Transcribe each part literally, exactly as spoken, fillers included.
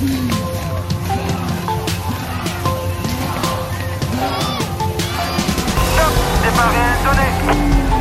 Départ réel donné.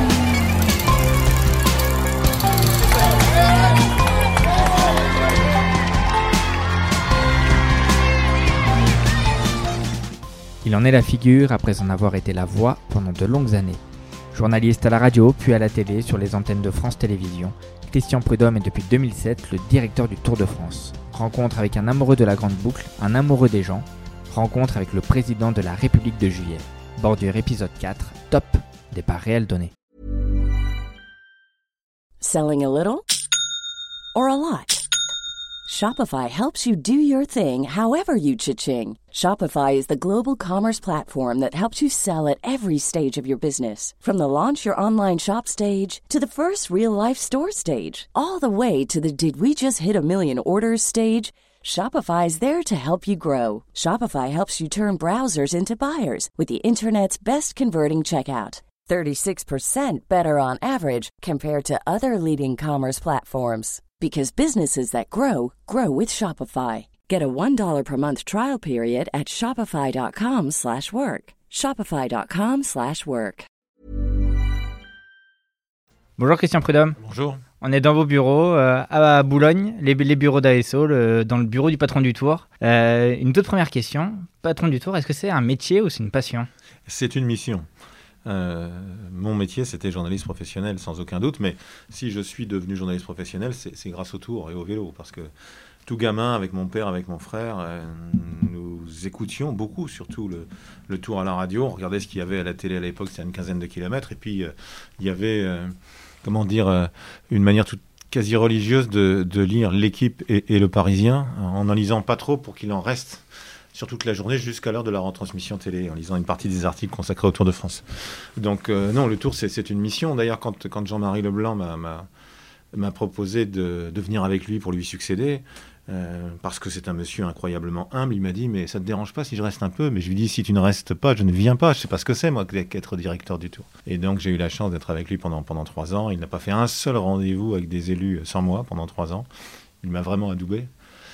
Il en est la figure après en avoir été la voix pendant de longues années. Journaliste à la radio puis à la télé sur les antennes de France Télévisions, Christian Prudhomme est depuis deux mille sept le directeur du Tour de France. Rencontre avec un amoureux de la grande boucle, un amoureux des gens. Rencontre avec le président de la République de Juillet. Bordure épisode quatre, top, départ réel donné. Selling a little or a lot? Shopify helps you do your thing however you cha-ching. Shopify is the global commerce platform that helps you sell at every stage of your business. From the launch your online shop stage to the first real-life store stage, all the way to the did we just hit a million orders stage. Shopify is there to help you grow. Shopify helps you turn browsers into buyers with the internet's best converting checkout. thirty-six percent better on average compared to other leading commerce platforms. Because businesses that grow, grow with Shopify. Get a one dollar per month trial period at shopify.com slash work. Shopify.com slash work. Bonjour Christian Prudhomme. Bonjour. On est dans vos bureaux euh, à Boulogne, les, les bureaux d'A S O, le, dans le bureau du patron du Tour. Euh, une toute première question. Patron du Tour, est-ce que c'est un métier ou c'est une passion ? C'est une mission. Euh, mon métier, c'était journaliste professionnel, sans aucun doute. Mais si je suis devenu journaliste professionnel, c'est, c'est grâce au Tour et au vélo. Parce que tout gamin, avec mon père, avec mon frère, euh, nous écoutions beaucoup, surtout le, le Tour à la radio. On regardait ce qu'il y avait à la télé à l'époque, c'était une quinzaine de kilomètres. Et puis, euh, il y avait, euh, comment dire, euh, une manière toute quasi religieuse de, de lire L'Équipe et, et Le Parisien, en n'en lisant pas trop pour qu'il en reste sur toute la journée jusqu'à l'heure de la retransmission télé, en lisant une partie des articles consacrés au Tour de France. Donc euh, non, le Tour, c'est, c'est une mission. D'ailleurs, quand, quand Jean-Marie Leblanc m'a, m'a, m'a proposé de, de venir avec lui pour lui succéder, euh, parce que c'est un monsieur incroyablement humble, il m'a dit « mais ça ne te dérange pas si je reste un peu ?» Mais je lui dis « si tu ne restes pas, je ne viens pas. Je ne sais pas ce que c'est, moi, qu'être directeur du Tour. » Et donc, j'ai eu la chance d'être avec lui pendant, pendant trois ans. Il n'a pas fait un seul rendez-vous avec des élus sans moi pendant trois ans. Il m'a vraiment adoubé.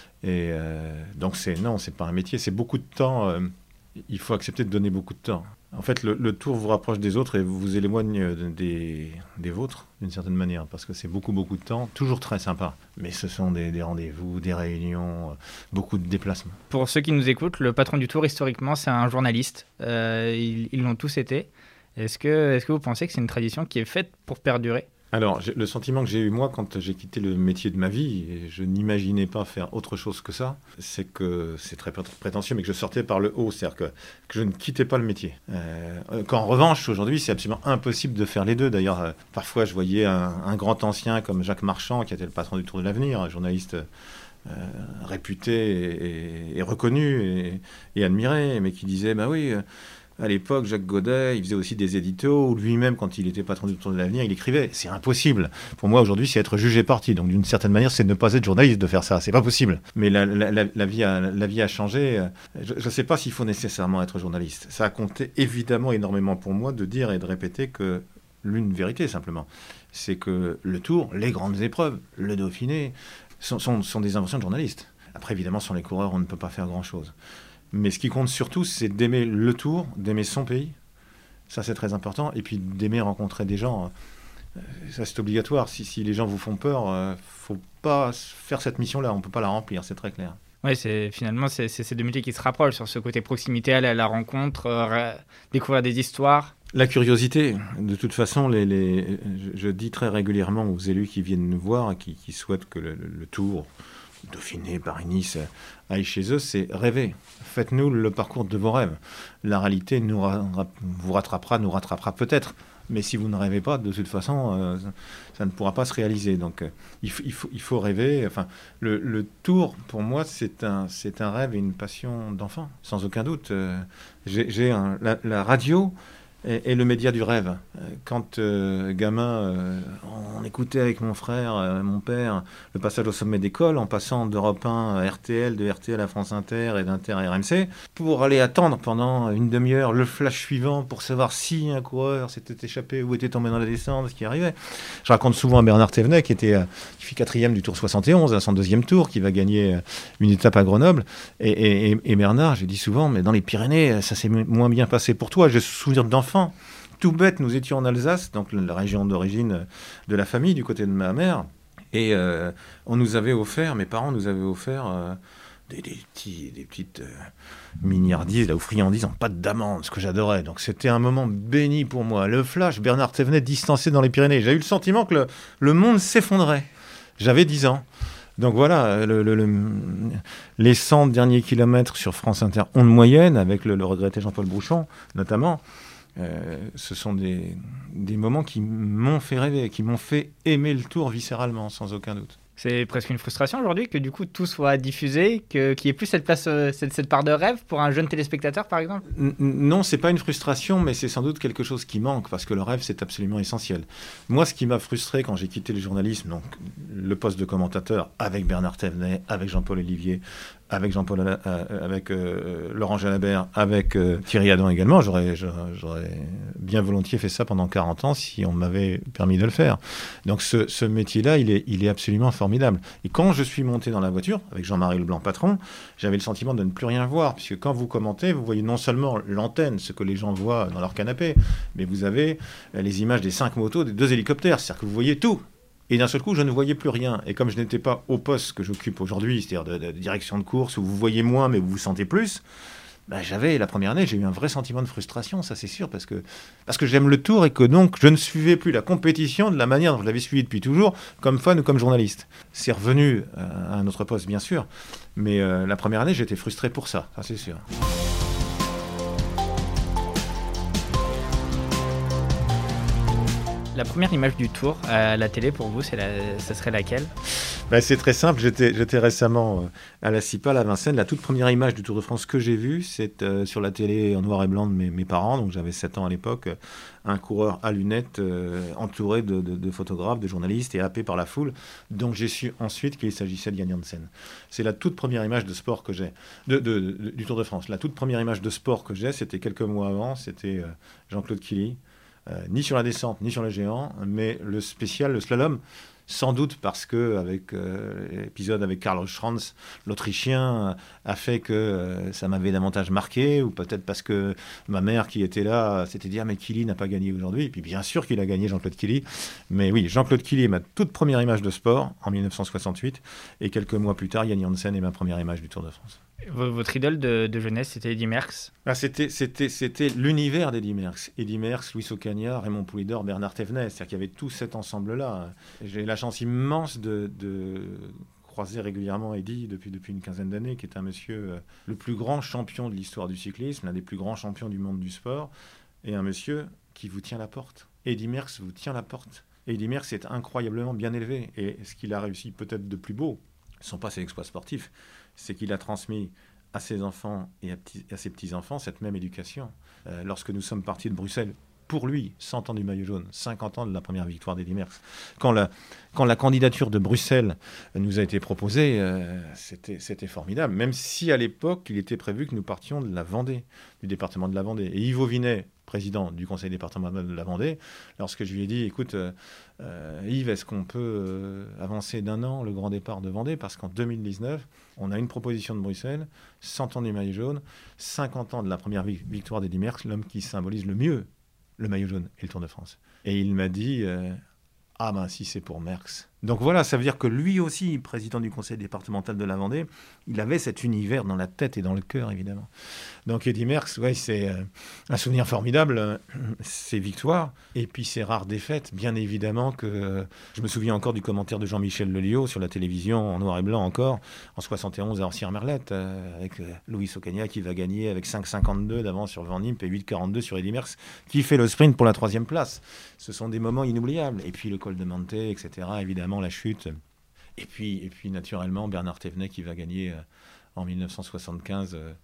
Et euh, donc c'est non, c'est pas un métier, c'est beaucoup de temps. Euh, il faut accepter de donner beaucoup de temps. En fait, le, le Tour vous rapproche des autres et vous éloigne des, des vôtres d'une certaine manière, parce que c'est beaucoup beaucoup de temps, toujours très sympa. Mais ce sont des, des rendez-vous, des réunions, euh, beaucoup de déplacements. Pour ceux qui nous écoutent, le patron du Tour historiquement, c'est un journaliste. Euh, ils, ils l'ont tous été. Est-ce que, est-ce que vous pensez que c'est une tradition qui est faite pour perdurer ? Alors, le sentiment que j'ai eu, moi, quand j'ai quitté le métier de ma vie, et je n'imaginais pas faire autre chose que ça, c'est que c'est très prétentieux, mais que je sortais par le haut, c'est-à-dire que, que je ne quittais pas le métier. Euh, qu'en revanche, aujourd'hui, c'est absolument impossible de faire les deux. D'ailleurs, euh, parfois, je voyais un, un grand ancien comme Jacques Marchand, qui était le patron du Tour de l'Avenir, un journaliste euh, réputé et, et, et reconnu et, et admiré, mais qui disait, bah oui... Euh, À l'époque, Jacques Godet, il faisait aussi des éditos, où lui-même, quand il était patron du Tour de l'Avenir, il écrivait. C'est impossible. Pour moi, aujourd'hui, c'est être jugé parti. Donc, d'une certaine manière, c'est ne pas être journaliste de faire ça. C'est pas possible. Mais la, la, la, la, vie, a, la vie a changé. Je ne sais pas s'il faut nécessairement être journaliste. Ça a compté évidemment énormément pour moi de dire et de répéter que l'une vérité, simplement, c'est que le Tour, les grandes épreuves, le Dauphiné, sont, sont, sont des inventions de journalistes. Après, évidemment, sans les coureurs, on ne peut pas faire grand-chose. Mais ce qui compte surtout, c'est d'aimer le Tour, d'aimer son pays. Ça, c'est très important. Et puis d'aimer rencontrer des gens. Ça, c'est obligatoire. Si, si les gens vous font peur, il ne faut pas faire cette mission-là. On ne peut pas la remplir, c'est très clair. Oui, c'est, finalement, c'est, c'est ces deux métiers qui se rapprochent sur ce côté proximité, aller à la rencontre, euh, découvrir des histoires. La curiosité. De toute façon, les, les, je, je dis très régulièrement aux élus qui viennent nous voir, qui, qui souhaitent que le, le, le Tour... Dauphiné, Paris-Nice, aille chez eux, c'est rêver. Faites-nous le parcours de vos rêves. La réalité nous ra- vous rattrapera, nous rattrapera peut-être. Mais si vous ne rêvez pas, de toute façon, euh, ça ne pourra pas se réaliser. Donc, euh, il, f- il, faut, il faut rêver. Enfin, le, le Tour, pour moi, c'est un, c'est un rêve et une passion d'enfant, sans aucun doute. Euh, j'ai, j'ai un, la, la radio, et, et le média du rêve. Quand euh, gamin, euh, on écoutait avec mon frère, euh, mon père, le passage au sommet d'école, en passant d'Europe un à R T L, de R T L à France Inter et d'Inter à R M C, pour aller attendre pendant une demi-heure le flash suivant pour savoir si un coureur s'était échappé ou était tombé dans la descente, ce qui arrivait. Je raconte souvent à Bernard Thévenet, qui était, euh, qui fit quatrième du Tour soixante et onze, à son deuxième tour, qui va gagner euh, une étape à Grenoble. Et, et, et Bernard, je dis souvent, mais dans les Pyrénées, ça s'est moins bien passé pour toi. J'ai souvenir d'enfant. Tout bête, nous étions en Alsace, donc la région d'origine de la famille, du côté de ma mère. Et euh, on nous avait offert, mes parents nous avaient offert euh, des, des, petits, des petites euh, miniardises, là, ou friandises en pâte d'amande, ce que j'adorais. Donc c'était un moment béni pour moi. Le flash, Bernard Thévenet distancé dans les Pyrénées. J'ai eu le sentiment que le, le monde s'effondrait. J'avais dix ans. Donc voilà, le, le, le, les cent derniers kilomètres sur France Inter ont de moyenne, avec le, le regretté Jean-Paul Brouchon, notamment. Euh, ce sont des, des moments qui m'ont fait rêver, qui m'ont fait aimer le Tour viscéralement, sans aucun doute. C'est presque une frustration aujourd'hui que du coup tout soit diffusé, que, qu'il n'y ait plus cette, place, cette, cette part de rêve pour un jeune téléspectateur par exemple ? N- Non, c'est pas une frustration, mais c'est sans doute quelque chose qui manque, parce que le rêve c'est absolument essentiel. Moi, ce qui m'a frustré quand j'ai quitté le journalisme, donc le poste de commentateur avec Bernard Thévenet, avec Jean-Paul Olivier, avec Jean-Paul, euh, avec euh, Laurent Jalabert, avec euh, Thierry Adam également, j'aurais, j'aurais, j'aurais bien volontiers fait ça pendant quarante ans si on m'avait permis de le faire. Donc ce, ce métier-là, il est, il est absolument formidable. Et quand je suis monté dans la voiture, avec Jean-Marie Leblanc, patron, j'avais le sentiment de ne plus rien voir, puisque quand vous commentez, vous voyez non seulement l'antenne, ce que les gens voient dans leur canapé, mais vous avez les images des cinq motos, des deux hélicoptères, c'est-à-dire que vous voyez tout. Et d'un seul coup, je ne voyais plus rien. Et comme je n'étais pas au poste que j'occupe aujourd'hui, c'est-à-dire de, de, de direction de course, où vous voyez moins, mais vous vous sentez plus, ben j'avais, la première année, j'ai eu un vrai sentiment de frustration, ça c'est sûr, parce que, parce que j'aime le Tour et que donc je ne suivais plus la compétition de la manière dont je l'avais suivi depuis toujours, comme fan ou comme journaliste. C'est revenu à un autre poste, bien sûr, mais euh, la première année, j'étais frustré pour ça, ça c'est sûr. La première image du Tour à la télé pour vous, c'est la... ça serait laquelle ? Ben, c'est très simple, j'étais, j'étais récemment euh, à la Cipal à Vincennes. La toute première image du Tour de France que j'ai vue, c'est euh, sur la télé en noir et blanc de mes, mes parents, donc j'avais sept ans à l'époque, euh, un coureur à lunettes euh, entouré de, de, de photographes, de journalistes et happé par la foule. Donc j'ai su ensuite qu'il s'agissait de Yann Janssen. C'est la toute première image de sport que j'ai, de, de, de, du Tour de France. La toute première image de sport que j'ai, c'était quelques mois avant, c'était euh, Jean-Claude Killy. Euh, ni sur la descente, ni sur le géant, mais le spécial, le slalom, sans doute parce que avec euh, l'épisode avec Carlos Schranz, l'Autrichien, a fait que euh, ça m'avait davantage marqué, ou peut-être parce que ma mère qui était là s'était dit « Ah mais Killy n'a pas gagné aujourd'hui », et puis bien sûr qu'il a gagné, Jean-Claude Killy, mais oui, Jean-Claude Killy est ma toute première image de sport en dix-neuf cent soixante-huit, et quelques mois plus tard, Yann Janssen est ma première image du Tour de France. Votre idole de, de jeunesse, c'était Eddy Merckx ? Ah, c'était, c'était, c'était l'univers d'Eddy Merckx. Eddy Merckx, Luis Ocaña, Raymond Poulidor, Bernard Thévenet. C'est-à-dire qu'il y avait tout cet ensemble-là. J'ai la chance immense de, de croiser régulièrement Eddy depuis, depuis une quinzaine d'années, qui est un monsieur euh, le plus grand champion de l'histoire du cyclisme, l'un des plus grands champions du monde du sport, et un monsieur qui vous tient la porte. Eddy Merckx vous tient la porte. Eddy Merckx est incroyablement bien élevé. Et ce qu'il a réussi peut-être de plus beau, ce ne sont pas ses exploits sportifs, c'est qu'il a transmis à ses enfants et à, petit, à ses petits-enfants cette même éducation. Euh, lorsque nous sommes partis de Bruxelles, pour lui, cent ans du maillot jaune, cinquante ans de la première victoire d'Eddy Merckx. Quand la, quand la candidature de Bruxelles nous a été proposée, euh, c'était, c'était formidable, même si à l'époque, il était prévu que nous partions de la Vendée, du département de la Vendée. Et Yves Auvinet, président du conseil départemental de la Vendée, lorsque je lui ai dit, écoute, euh, euh, Yves, est-ce qu'on peut euh, avancer d'un an le grand départ de Vendée ? Parce qu'en deux mille dix-neuf, on a une proposition de Bruxelles, cent ans du maillot jaune, cinquante ans de la première vi- victoire d'Eddy Merckx, l'homme qui symbolise le mieux le maillot jaune et le Tour de France. Et il m'a dit, euh, ah ben si c'est pour Merckx. Donc voilà, ça veut dire que lui aussi, président du conseil départemental de la Vendée, il avait cet univers dans la tête et dans le cœur, évidemment. Donc Eddy Merckx, ouais, c'est euh, un souvenir formidable, euh, ses victoires, et puis ses rares défaites. Bien évidemment que euh, je me souviens encore du commentaire de Jean-Michel Lelio sur la télévision, en noir et blanc encore, en soixante et onze à Orsières-Merlette, euh, avec euh, Luis Ocaña qui va gagner avec cinq cinquante-deux d'avance sur Van Impe et huit quarante-deux sur Eddy Merckx, qui fait le sprint pour la troisième place. Ce sont des moments inoubliables. Et puis le col de Mante, et cetera, évidemment, la chute. Et puis, et puis naturellement, Bernard Thévenet qui va gagner euh, en dix-neuf cent soixante-quinze euh,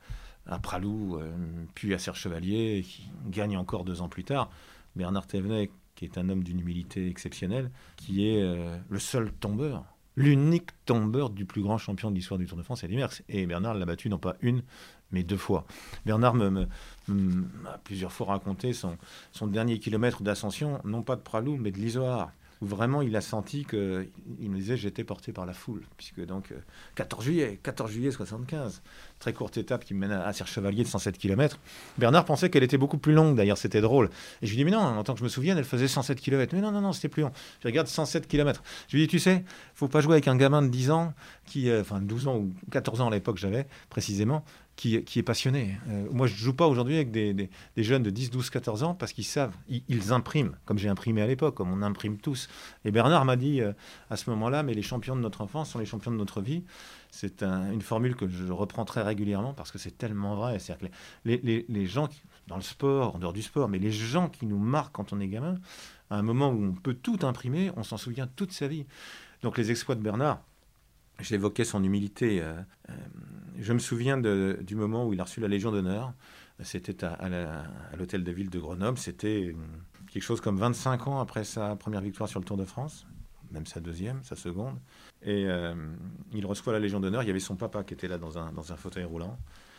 à Pralou, euh, puis à Serre Chevalier, qui gagne encore deux ans plus tard. Bernard Thévenet, qui est un homme d'une humilité exceptionnelle, qui est euh, le seul tombeur, l'unique tombeur du plus grand champion de l'histoire du Tour de France, Eddy Merckx. Et Bernard l'a battu non pas une, mais deux fois. Bernard me, me, me, m'a plusieurs fois raconté son, son dernier kilomètre d'ascension, non pas de Pralou, mais de l'Izoard, où vraiment il a senti que, il me disait, j'étais porté par la foule, puisque donc euh, quatorze juillet soixante-quinze, très courte étape qui mène à, à Serre Chevalier de cent sept kilomètres. Bernard pensait qu'elle était beaucoup plus longue, d'ailleurs c'était drôle. Et je lui dis, mais non, en tant que je me souviens, elle faisait cent sept kilomètres. Mais non, non, non, c'était plus long. Je regarde cent sept kilomètres. Je lui dis, tu sais, faut pas jouer avec un gamin de dix ans, qui, euh, enfin douze ans ou quatorze ans à l'époque j'avais, précisément, Qui, qui est passionné. Euh, moi, je ne joue pas aujourd'hui avec des, des, des jeunes de dix, douze, quatorze ans parce qu'ils savent, ils, ils impriment, comme j'ai imprimé à l'époque, comme on imprime tous. Et Bernard m'a dit euh, à ce moment-là, mais les champions de notre enfance sont les champions de notre vie. C'est un, une formule que je reprends très régulièrement parce que c'est tellement vrai. C'est-à-dire que les, les, les gens, qui, dans le sport, en dehors du sport, mais les gens qui nous marquent quand on est gamin, à un moment où on peut tout imprimer, on s'en souvient toute sa vie. Donc les exploits de Bernard, j'évoquais son humilité. Euh, euh, je me souviens de, du moment où il a reçu la Légion d'honneur. C'était à, à, la, à l'hôtel de ville de Grenoble. C'était quelque chose comme vingt-cinq ans après sa première victoire sur le Tour de France, même sa deuxième, sa seconde. Et euh, il reçoit la Légion d'honneur. Il y avait son papa qui était là dans un, dans un fauteuil roulant.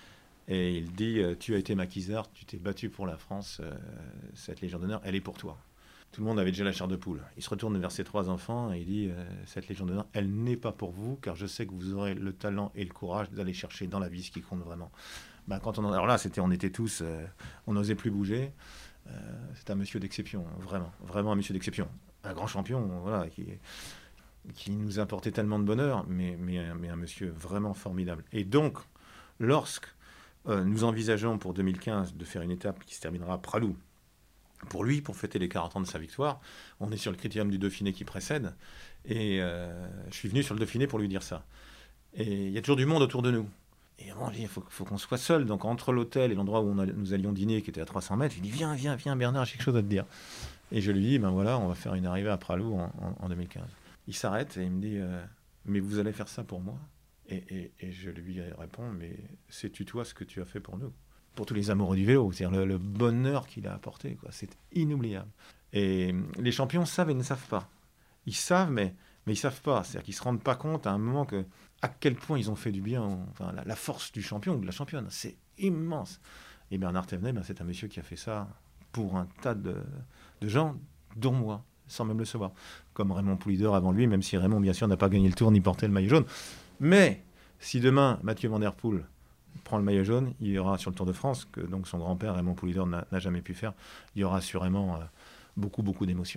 Et il dit, tu as été maquisard, tu t'es battu pour la France. Euh, cette Légion d'honneur, elle est pour toi. Tout le monde avait déjà la chair de poule. Il se retourne vers ses trois enfants et il dit euh, cette Légion d'honneur, elle n'est pas pour vous, car je sais que vous aurez le talent et le courage d'aller chercher dans la vie ce qui compte vraiment. Ben, quand on, alors là, c'était, on était tous, euh, on n'osait plus bouger. Euh, c'est un monsieur d'exception, vraiment, vraiment un monsieur d'exception. Un grand champion, voilà, qui, qui nous apportait tellement de bonheur, mais, mais, mais un monsieur vraiment formidable. Et donc, lorsque euh, nous envisageons pour deux mille quinze de faire une étape qui se terminera à Pralou, pour lui, pour fêter les quarante ans de sa victoire, on est sur le critérium du Dauphiné qui précède, et euh, je suis venu sur le Dauphiné pour lui dire ça. Et il y a toujours du monde autour de nous. Et on dit, il faut, faut qu'on soit seul. Donc entre l'hôtel et l'endroit où on a, nous allions dîner, qui était à trois cents mètres, je lui dis, viens, viens, viens Bernard, j'ai quelque chose à te dire. Et je lui dis, ben voilà, on va faire une arrivée à Pralou en, en, en deux mille quinze. Il s'arrête et il me dit, euh, mais vous allez faire ça pour moi ? et, et, et je lui réponds, mais sais-tu toi ce que tu as fait pour nous ? Pour tous les amoureux du vélo, c'est-à-dire le, le bonheur qu'il a apporté, quoi. C'est inoubliable. Et les champions savent et ne savent pas. Ils savent, mais, mais ils ne savent pas. C'est-à-dire qu'ils ne se rendent pas compte à un moment que, à quel point ils ont fait du bien. Enfin, la, la force du champion ou de la championne, c'est immense. Et Bernard Thévenet, ben, c'est un monsieur qui a fait ça pour un tas de, de gens, dont moi, sans même le savoir. Comme Raymond Poulidor avant lui, même si Raymond, bien sûr, n'a pas gagné le Tour ni porté le maillot jaune. Mais si demain, Mathieu Van Der Poel prend le maillot jaune, il y aura sur le Tour de France, que donc son grand-père Raymond Poulidor n'a, n'a jamais pu faire, il y aura assurément euh, beaucoup, beaucoup d'émotions.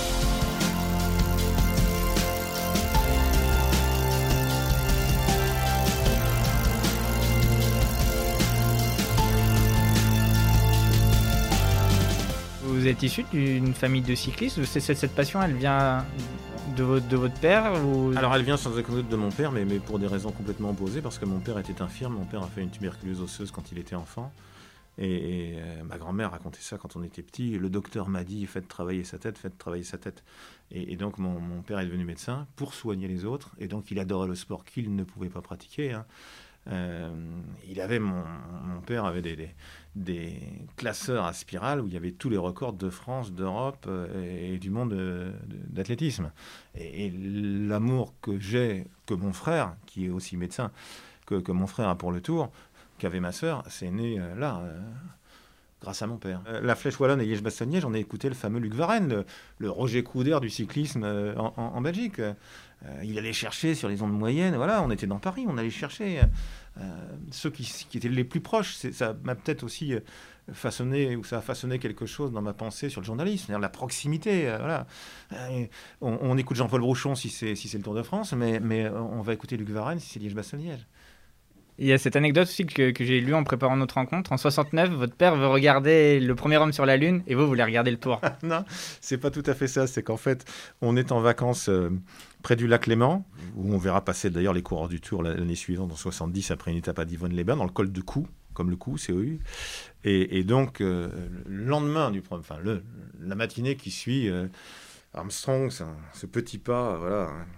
Vous êtes issu d'une famille de cyclistes ? C'est, cette, cette passion, elle vient de votre, de votre père ou... Alors elle vient sans aucun doute de mon père, mais, mais pour des raisons complètement opposées, parce que mon père était infirme, mon père a fait une tuberculose osseuse quand il était enfant, et, et euh, ma grand-mère racontait ça quand on était petit, le docteur m'a dit, faites travailler sa tête, faites travailler sa tête. Et, et donc mon, mon père est devenu médecin pour soigner les autres, et donc il adorait le sport qu'il ne pouvait pas pratiquer, hein. Euh, il avait mon, mon père avait des, des, des classeurs à spirale où il y avait tous les records de France, d'Europe euh, et du monde de, de, d'athlétisme. Et, et l'amour que j'ai, que mon frère, qui est aussi médecin, que, que mon frère a pour le Tour, qu'avait ma sœur, c'est né euh, là, euh, grâce à mon père. Euh, la Flèche Wallonne et Liège-Bastogne-Liège, j'en ai écouté le fameux Luc Varenne, le, le Roger Coudert du cyclisme euh, en, en, en Belgique. Euh, il allait chercher sur les ondes moyennes, voilà, on était dans Paris, on allait chercher euh, ceux qui, qui étaient les plus proches. C'est, ça m'a peut-être aussi façonné, ou ça a façonné quelque chose dans ma pensée sur le journalisme, c'est-à-dire la proximité. Euh, voilà. Euh, on, on écoute Jean-Paul Brouchon si c'est, si c'est le Tour de France, mais, mais on va écouter Luc Varenne si c'est Liège-Bastogne-Liège. Il y a cette anecdote aussi que, que j'ai lue en préparant notre rencontre. En soixante-neuf, votre père veut regarder le premier homme sur la Lune et vous, vous voulez regarder le Tour. Non, c'est pas tout à fait ça. C'est qu'en fait, on est en vacances euh, près du lac Léman, où on verra passer d'ailleurs les coureurs du Tour l'année suivante, en soixante-dix, après une étape à Divonne-les-Bains, dans le col de Cou, comme le Cou, C O U. Et, et donc, euh, le lendemain du enfin, le, la matinée qui suit, euh, Armstrong, ce petit pas, voilà,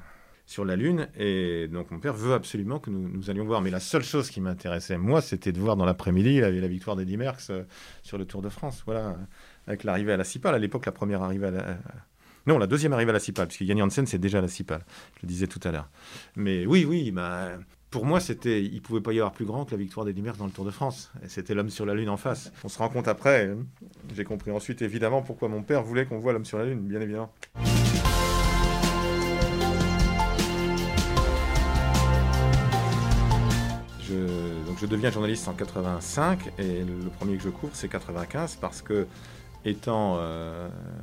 sur la Lune. Et donc, mon père veut absolument que nous, nous allions voir. Mais la seule chose qui m'intéressait, moi, c'était de voir dans l'après-midi la, la victoire d'Eddy Merckx euh, sur le Tour de France. Voilà, avec l'arrivée à la Cipale. À l'époque, la première arrivée à la... Non, la deuxième arrivée à la Cipale, puisque Yann Janssen, c'est déjà à la Cipale. Je le disais tout à l'heure. Mais oui, oui, bah, pour moi, c'était, il ne pouvait pas y avoir plus grand que la victoire d'Eddy Merckx dans le Tour de France. Et c'était l'homme sur la Lune en face. On se rend compte après. J'ai compris ensuite, évidemment, pourquoi mon père voulait qu'on voit l'homme sur la Lune, bien évidemment. Je, donc je deviens journaliste en quatre-vingt-cinq et le premier que je couvre, c'est quatre-vingt-quinze parce que, étant euh,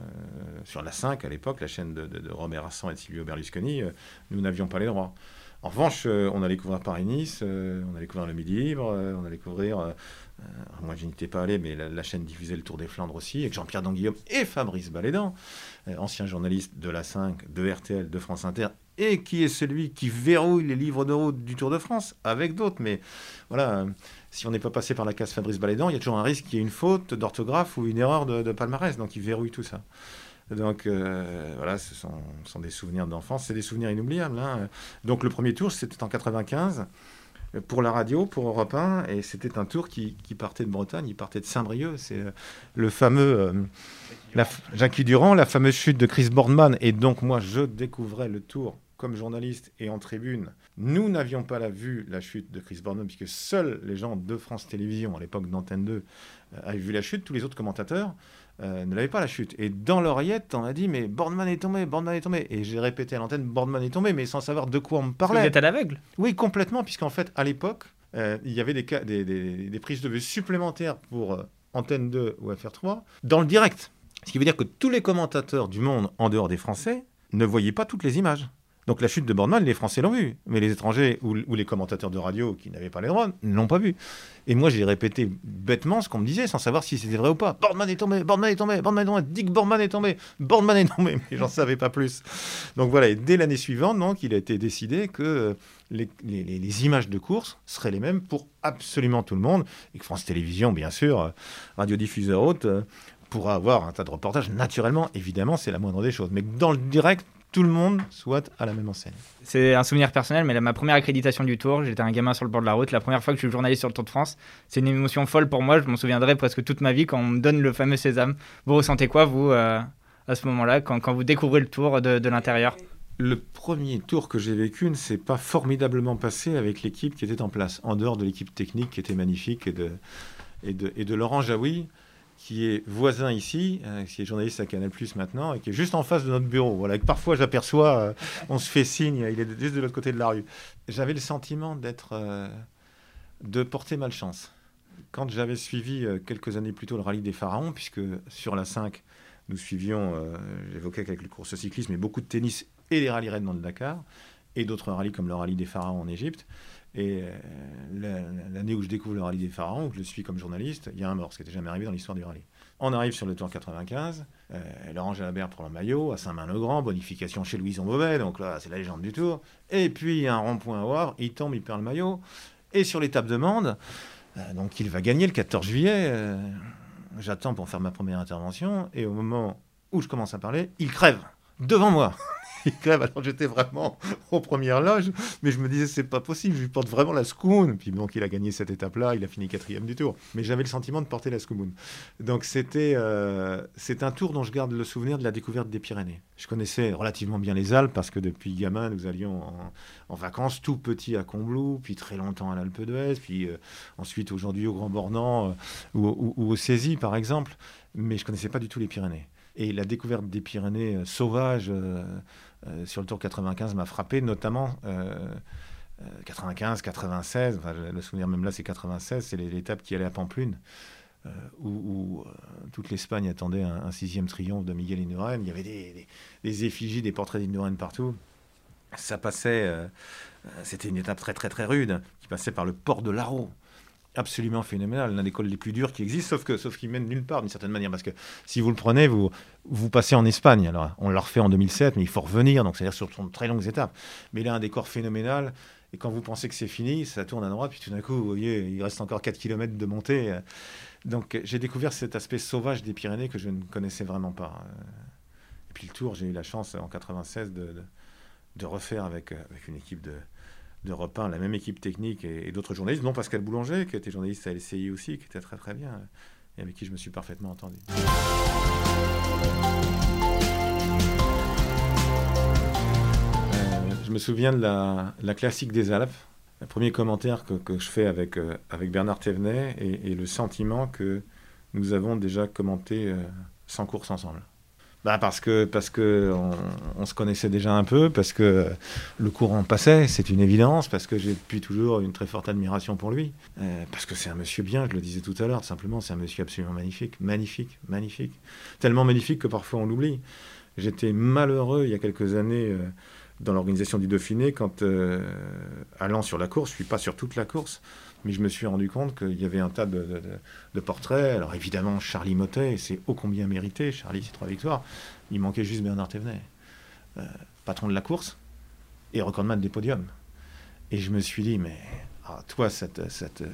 sur la cinq à l'époque, la chaîne de, de, de Robert Hassan et de Silvio Berlusconi, euh, nous n'avions pas les droits. En revanche, euh, on allait couvrir Paris-Nice, euh, on allait couvrir le Midi Libre, euh, on allait couvrir... Euh, euh, moi, je n'y étais pas allé, mais la, la chaîne diffusait le Tour des Flandres aussi, avec Jean-Pierre Danguillaume et Fabrice Balédan, euh, ancien journaliste de la cinq, de R T L, de France Inter, et qui est celui qui verrouille les livres de route du Tour de France, avec d'autres. Mais voilà, euh, si on n'est pas passé par la case Fabrice Balédan, il y a toujours un risque qu'il y ait une faute d'orthographe ou une erreur de, de palmarès, donc il verrouille tout ça. Donc euh, voilà, ce sont, ce sont des souvenirs d'enfance, c'est des souvenirs inoubliables. Hein. Donc le premier tour, c'était en quatre-vingt-quinze, pour la radio, pour Europe un, et c'était un tour qui, qui partait de Bretagne, il partait de Saint-Brieuc. C'est euh, le fameux euh, la, Jacques Durand, la fameuse chute de Chris Boardman, et donc moi je découvrais le tour comme journaliste et en tribune. Nous n'avions pas la vue la chute de Chris Boardman, puisque seuls les gens de France Télévisions, à l'époque d'Antenne deux, euh, avaient vu la chute. Tous les autres commentateurs euh, ne l'avaient pas, la chute. Et dans l'oreillette, on a dit, mais Boardman est tombé, Boardman est tombé. Et j'ai répété à l'antenne, Boardman est tombé, mais sans savoir de quoi on me parlait. Vous êtes à l'aveugle ? Oui, complètement, puisqu'en fait, à l'époque, euh, il y avait des, cas, des, des, des prises de vue supplémentaires pour euh, Antenne deux ou F R trois dans le direct. Ce qui veut dire que tous les commentateurs du monde, en dehors des Français, ne voyaient pas toutes les images. Donc la chute de Boardman, les Français l'ont vue, mais les étrangers ou, ou les commentateurs de radio qui n'avaient pas les droits ne l'ont pas vue. Et moi, j'ai répété bêtement ce qu'on me disait, sans savoir si c'était vrai ou pas. Boardman est tombé, Boardman est tombé, Boardman est tombé, Dick Boardman est tombé, Boardman est tombé, mais j'en savais pas plus. Donc voilà, et dès l'année suivante, donc, il a été décidé que les, les, les images de course seraient les mêmes pour absolument tout le monde, et que France Télévisions, bien sûr, radiodiffuseur haute, pourra avoir un tas de reportages. Naturellement, évidemment, c'est la moindre des choses. Mais dans le direct, tout le monde soit à la même enseigne. C'est un souvenir personnel, mais là, ma première accréditation du Tour, j'étais un gamin sur le bord de la route. La première fois que je suis journaliste sur le Tour de France, c'est une émotion folle pour moi. Je m'en souviendrai presque toute ma vie quand on me donne le fameux sésame. Vous ressentez quoi, vous, euh, à ce moment-là, quand, quand vous découvrez le Tour de, de l'intérieur ? Le premier Tour que j'ai vécu ne s'est pas formidablement passé avec l'équipe qui était en place, en dehors de l'équipe technique qui était magnifique et de, et de, et de Laurent Jaoui, qui est voisin ici, euh, qui est journaliste à Canal plus maintenant, et qui est juste en face de notre bureau. Voilà, et que parfois j'aperçois, euh, on se fait signe, il est juste de l'autre côté de la rue. J'avais le sentiment d'être, euh, de porter malchance. Quand j'avais suivi euh, quelques années plus tôt le rallye des Pharaons, puisque sur la cinq, nous suivions, euh, j'évoquais qu'avec les courses cyclisme, mais beaucoup de tennis et les rallyes Redmond de Dakar, et d'autres rallyes comme le rallye des Pharaons en Égypte. Et euh, l'année où je découvre le rallye des Pharaons, où je le suis comme journaliste, il y a un mort, ce qui n'était jamais arrivé dans l'histoire du rallye. On arrive sur le Tour quatre-vingt-quinze, euh, Laurent Jalabert prend le maillot, à Saint-Main-le-Grand, bonification chez Louison Beauvais, donc là, c'est la légende du Tour. Et puis, il y a un rond-point au Havre, il tombe, il perd le maillot. Et sur l'étape de Mende, euh, donc il va gagner le quatorze juillet, euh, j'attends pour faire ma première intervention, et au moment où je commence à parler, il crève, devant moi. Il crève, alors j'étais vraiment aux premières loges, mais je me disais, c'est pas possible, je lui porte vraiment la Scoomoun. Puis donc, il a gagné cette étape-là, il a fini quatrième du Tour. Mais j'avais le sentiment de porter la Scoomoun. Donc, c'était euh, c'est un tour dont je garde le souvenir de la découverte des Pyrénées. Je connaissais relativement bien les Alpes, parce que depuis gamin, nous allions en, en vacances, tout petit à Combloux, puis très longtemps à l'Alpe d'Huez, puis euh, ensuite, aujourd'hui, au Grand Bornand, euh, ou, ou, ou au Césis, par exemple. Mais je connaissais pas du tout les Pyrénées. Et la découverte des Pyrénées euh, sauvages euh, euh, sur le Tour quatre-vingt-quinze m'a frappé, notamment euh, euh, quatre-vingt-quinze, quatre-vingt-seize, enfin, le souvenir même là c'est quatre-vingt-seize, c'est l'étape qui allait à Pamplune, euh, où, où euh, toute l'Espagne attendait un, un sixième triomphe de Miguel Indurain. Il y avait des, des, des effigies, des portraits d'Indurain partout. Ça passait, euh, c'était une étape très très très rude, qui passait par le port de Larro. Absolument phénoménal, l'un des cols les plus durs qui existent, sauf que sauf qu'il mène nulle part d'une certaine manière, parce que si vous le prenez, vous vous passez en Espagne. Alors on l'a refait en deux mille sept, mais il faut revenir, donc c'est-à-dire sur de très longues étapes. Mais il a un décor phénoménal, et quand vous pensez que c'est fini, ça tourne à droite, puis tout d'un coup, vous voyez, il reste encore quatre kilomètres de montée. Donc j'ai découvert cet aspect sauvage des Pyrénées que je ne connaissais vraiment pas. Et puis le Tour, j'ai eu la chance en quatre-vingt-seize de, de de refaire avec, avec une équipe de, d'Europe un, la même équipe technique et, et d'autres journalistes, dont Pascal Boulanger, qui était journaliste à L C I aussi, qui était très très bien, et avec qui je me suis parfaitement entendu. Euh, je me souviens de la, la classique des Alpes, le premier commentaire que, que je fais avec, euh, avec Bernard Thévenet, et, et le sentiment que nous avons déjà commenté euh, cent courses ensemble. Bah parce que parce que on, on se connaissait déjà un peu, parce que le courant passait, c'est une évidence, parce que j'ai depuis toujours une très forte admiration pour lui, euh, parce que c'est un monsieur bien, je le disais tout à l'heure, tout simplement, c'est un monsieur absolument magnifique, magnifique, magnifique, tellement magnifique que parfois on l'oublie. J'étais malheureux il y a quelques années euh, dans l'organisation du Dauphiné, quand euh, allant sur la course, je suis pas sur toute la course, mais je me suis rendu compte qu'il y avait un tas de, de, de portraits. Alors évidemment, Charlie Mottet, et c'est ô combien mérité, Charlie, c'est trois victoires. Il manquait juste Bernard Thévenet, euh, patron de la course et recordman des podiums. Et je me suis dit, mais ah, toi, ça te, ça, te,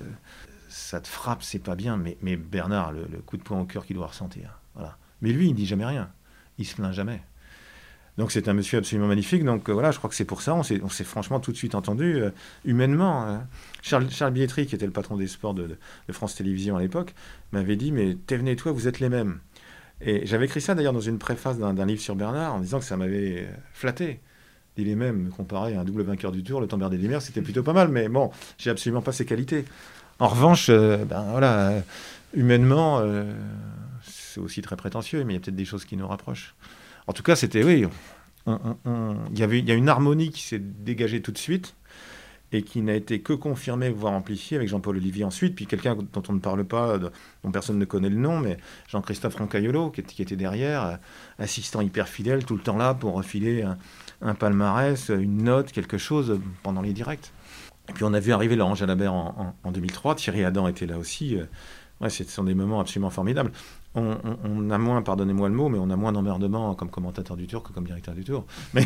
ça te frappe, c'est pas bien, mais, mais Bernard, le, le coup de poing au cœur qu'il doit ressentir. Voilà. Mais lui, il ne dit jamais rien. Il se plaint jamais. Donc c'est un monsieur absolument magnifique. Donc euh, voilà, je crois que c'est pour ça, on s'est, on s'est franchement tout de suite entendu, euh, humainement. Euh. Charles, Charles Bietri, qui était le patron des sports de, de, de France Télévisions à l'époque, m'avait dit, mais Thévenet et toi, vous êtes les mêmes. Et j'avais écrit ça d'ailleurs dans une préface d'un, d'un livre sur Bernard, en disant que ça m'avait flatté. Il est même comparé à un double vainqueur du Tour, le Temps des Lumières, c'était plutôt pas mal, mais bon, j'ai absolument pas ses qualités. En revanche, euh, ben voilà, euh, humainement, euh, c'est aussi très prétentieux, mais il y a peut-être des choses qui nous rapprochent. En tout cas, c'était, oui, on, on, on, il y avait, il y a une harmonie qui s'est dégagée tout de suite et qui n'a été que confirmée, voire amplifiée avec Jean-Paul Olivier ensuite, puis quelqu'un dont on ne parle pas, dont personne ne connaît le nom, mais Jean-Christophe Roncaiolo, qui, qui était derrière, assistant hyper fidèle, tout le temps là pour refiler un, un palmarès, une note, quelque chose pendant les directs. Et puis on a vu arriver Laurent Jalabert en, en, en deux mille trois, Thierry Adam était là aussi. Ouais, ce sont des moments absolument formidables. On, on, on a moins, pardonnez-moi le mot, mais on a moins d'emmerdement comme commentateur du Tour que comme directeur du Tour. Mais,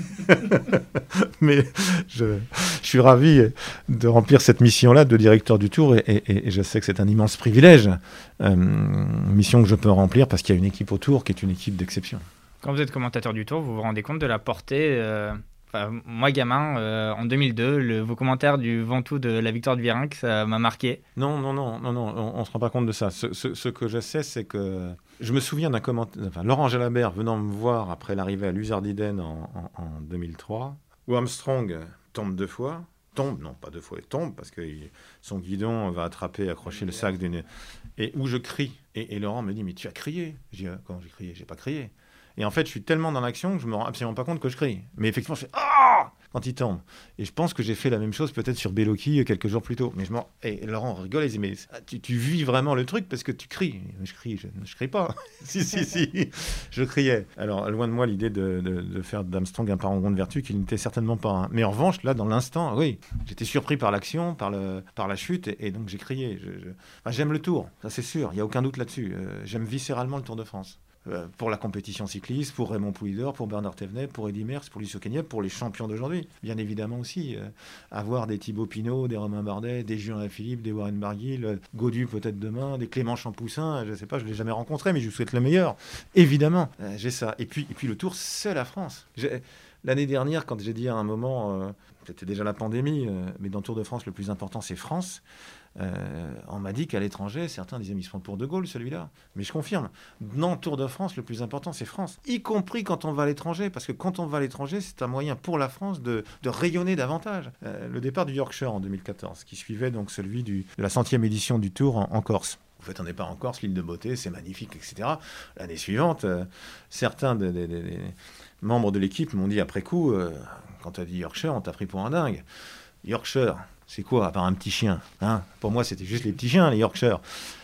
mais je, je suis ravi de remplir cette mission-là de directeur du Tour et, et, et je sais que c'est un immense privilège. Euh, mission que je peux remplir parce qu'il y a une équipe autour qui est une équipe d'exception. Quand vous êtes commentateur du Tour, vous vous rendez compte de la portée euh... Enfin, moi, gamin, euh, en deux mille deux, le, vos commentaires du Ventoux de la victoire de Virenque, ça m'a marqué. Non, non, non, non, non, on ne se rend pas compte de ça. Ce, ce, ce que je sais, c'est que je me souviens d'un commentaire, enfin, Laurent Jalabert venant me voir après l'arrivée à Luzardiden en, en, en deux mille trois, où Armstrong tombe deux fois, tombe, non, pas deux fois, il tombe parce que il, son guidon va attraper, accrocher le sac d'une... Et où je crie. Et, et Laurent me dit, mais tu as crié. Je dis, ah, quand j'ai crié, j'ai pas crié. Et en fait, je suis tellement dans l'action que je me rends absolument pas compte que je crie. Mais effectivement, je fais ah quand il tombe. Et je pense que j'ai fait la même chose peut-être sur Bellocchi quelques jours plus tôt. Mais je m'en... Et Laurent rigole et dit mais tu, tu vis vraiment le truc parce que tu cries. Mais je crie, je, je crie pas. si si si, je criais. Alors loin de moi l'idée de, de, de faire d'Armstrong un parangon de vertu qu'il n'était certainement pas. Hein. Mais en revanche là dans l'instant, oui, j'étais surpris par l'action, par le par la chute et, et donc j'ai crié. Je, je... Enfin, j'aime le Tour, ça c'est sûr. Il y a aucun doute là-dessus. Euh, j'aime viscéralement le Tour de France. Pour la compétition cycliste, pour Raymond Poulidor, pour Bernard Thévenet, pour Eddy Merckx, pour Lucio Kenya, pour les champions d'aujourd'hui. Bien évidemment aussi, euh, avoir des Thibaut Pinot, des Romain Bardet, des Julien Lafilippe, des Warren Barguil, euh, Gaudu peut-être demain, des Clément Champoussin, je ne sais pas, je ne l'ai jamais rencontré, mais je vous souhaite le meilleur. Évidemment, euh, j'ai ça. Et puis, et puis le Tour, c'est la France. J'ai... L'année dernière, quand j'ai dit à un moment, euh, c'était déjà la pandémie, euh, mais dans le Tour de France, le plus important, c'est France. Euh, on m'a dit qu'à l'étranger, certains disaient, mais ils se prennent pour De Gaulle, celui-là. Mais je confirme, dans le Tour de France, le plus important, c'est France. Y compris quand on va à l'étranger, parce que quand on va à l'étranger, c'est un moyen pour la France de, de rayonner davantage. Euh, le départ du Yorkshire en deux mille quatorze, qui suivait donc celui du, de la centième édition du Tour en, en Corse. Vous faites un départ en Corse, l'île de Beauté, c'est magnifique, et cetera. L'année suivante, euh, certains des, des, des, des membres de l'équipe m'ont dit après coup, euh, quand tu as dit Yorkshire, on t'a pris pour un dingue. Yorkshire, c'est quoi, à part un petit chien, hein? Pour moi, c'était juste les petits chiens, les Yorkshire.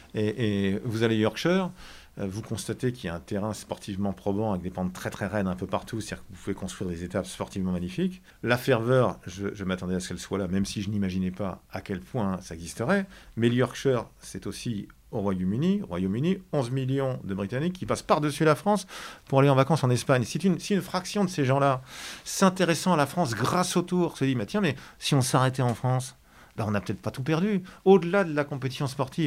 Et, et vous allez Yorkshire, euh, vous constatez qu'il y a un terrain sportivement probant avec des pentes très très raides un peu partout, c'est-à-dire que vous pouvez construire des étapes sportivement magnifiques. La ferveur, je, je m'attendais à ce qu'elle soit là, même si je n'imaginais pas à quel point ça existerait. Mais le Yorkshire, c'est aussi au Royaume-Uni, Royaume-Uni, onze millions de Britanniques qui passent par-dessus la France pour aller en vacances en Espagne. Si une, si une fraction de ces gens-là, s'intéressant à la France grâce au Tour, se dit, mais tiens, mais si on s'arrêtait en France, ben on n'a peut-être pas tout perdu. Au-delà de la compétition sportive,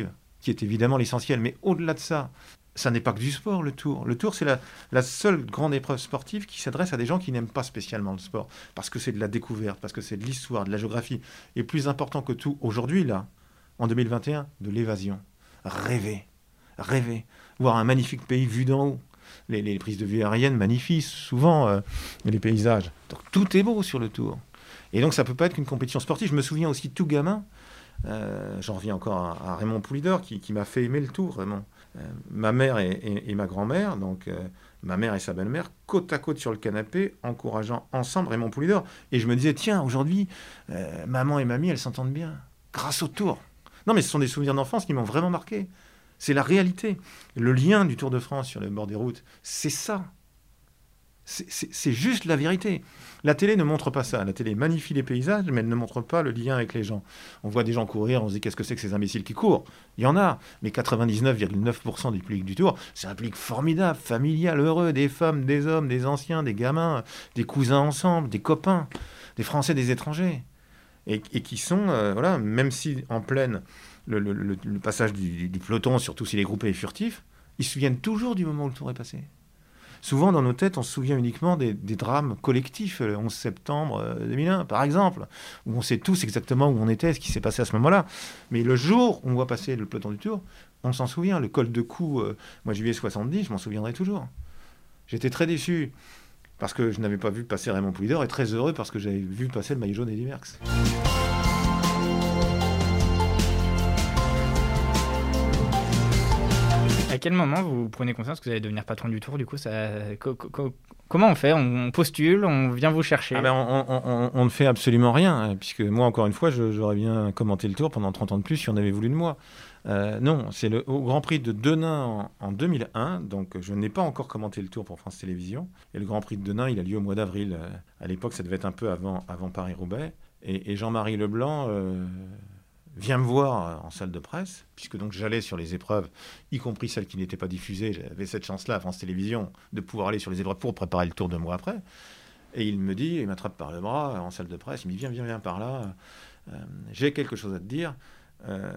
qui est évidemment l'essentiel. Mais au-delà de ça, ça n'est pas que du sport, le Tour. Le Tour, c'est la, la seule grande épreuve sportive qui s'adresse à des gens qui n'aiment pas spécialement le sport, parce que c'est de la découverte, parce que c'est de l'histoire, de la géographie, et plus important que tout, aujourd'hui, là, en deux mille vingt et un, de l'évasion. Rêver, rêver, voir un magnifique pays vu d'en haut. Les, les prises de vue aériennes magnifient souvent euh, les paysages. Donc tout est beau sur le Tour. Et donc ça ne peut pas être qu'une compétition sportive. Je me souviens aussi, tout gamin, euh, j'en reviens encore à, à Raymond Poulidor, qui, qui m'a fait aimer le Tour, Raymond. Euh, ma mère et, et, et ma grand-mère, donc euh, ma mère et sa belle-mère, côte à côte sur le canapé, encourageant ensemble Raymond Poulidor. Et je me disais, tiens, aujourd'hui, euh, maman et mamie, elles s'entendent bien, grâce au Tour. Non, mais ce sont des souvenirs d'enfance qui m'ont vraiment marqué. C'est la réalité. Le lien du Tour de France sur le bord des routes, c'est ça. C'est, c'est, c'est juste la vérité. La télé ne montre pas ça. La télé magnifie les paysages, mais elle ne montre pas le lien avec les gens. On voit des gens courir, on se dit qu'est-ce que c'est que ces imbéciles qui courent. Il y en a, mais quatre-vingt-dix-neuf virgule neuf pour cent du public du Tour, c'est un public formidable, familial, heureux, des femmes, des hommes, des anciens, des gamins, des cousins ensemble, des copains, des Français, des étrangers. Et, et qui sont, euh, voilà, même si en pleine, le, le, le, le passage du, du peloton, surtout si les groupés est furtif, ils se souviennent toujours du moment où le Tour est passé. Souvent, dans nos têtes, on se souvient uniquement des, des drames collectifs, le onze septembre deux mille un, par exemple, où on sait tous exactement où on était, ce qui s'est passé à ce moment-là. Mais le jour où on voit passer le peloton du Tour, on s'en souvient. Le col de Cou, euh, moi, juillet soixante-dix, je m'en souviendrai toujours. J'étais très déçu parce que je n'avais pas vu passer Raymond Poulidor, et très heureux parce que j'avais vu passer le maillot jaune Eddy Merckx. À quel moment vous prenez conscience que vous allez devenir patron du Tour? Du coup, ça, co- co- comment on fait? On postule, on vient vous chercher? Ah ben on, on, on, on ne fait absolument rien, puisque moi, encore une fois, je, j'aurais bien commenté le Tour pendant trente ans de plus si on avait voulu de moi. Euh, non, c'est le au Grand Prix de Denain en, en deux mille un, donc je n'ai pas encore commenté le Tour pour France Télévisions. Et le Grand Prix de Denain, il a lieu au mois d'avril. À l'époque, ça devait être un peu avant, avant Paris-Roubaix. Et, et Jean-Marie Leblanc euh, vient me voir en salle de presse, puisque donc j'allais sur les épreuves, y compris celles qui n'étaient pas diffusées. J'avais cette chance-là à France Télévisions de pouvoir aller sur les épreuves pour préparer le Tour deux mois après. Et il me dit, il m'attrape par le bras en salle de presse, il me dit, viens, viens, viens par là, euh, j'ai quelque chose à te dire. Euh,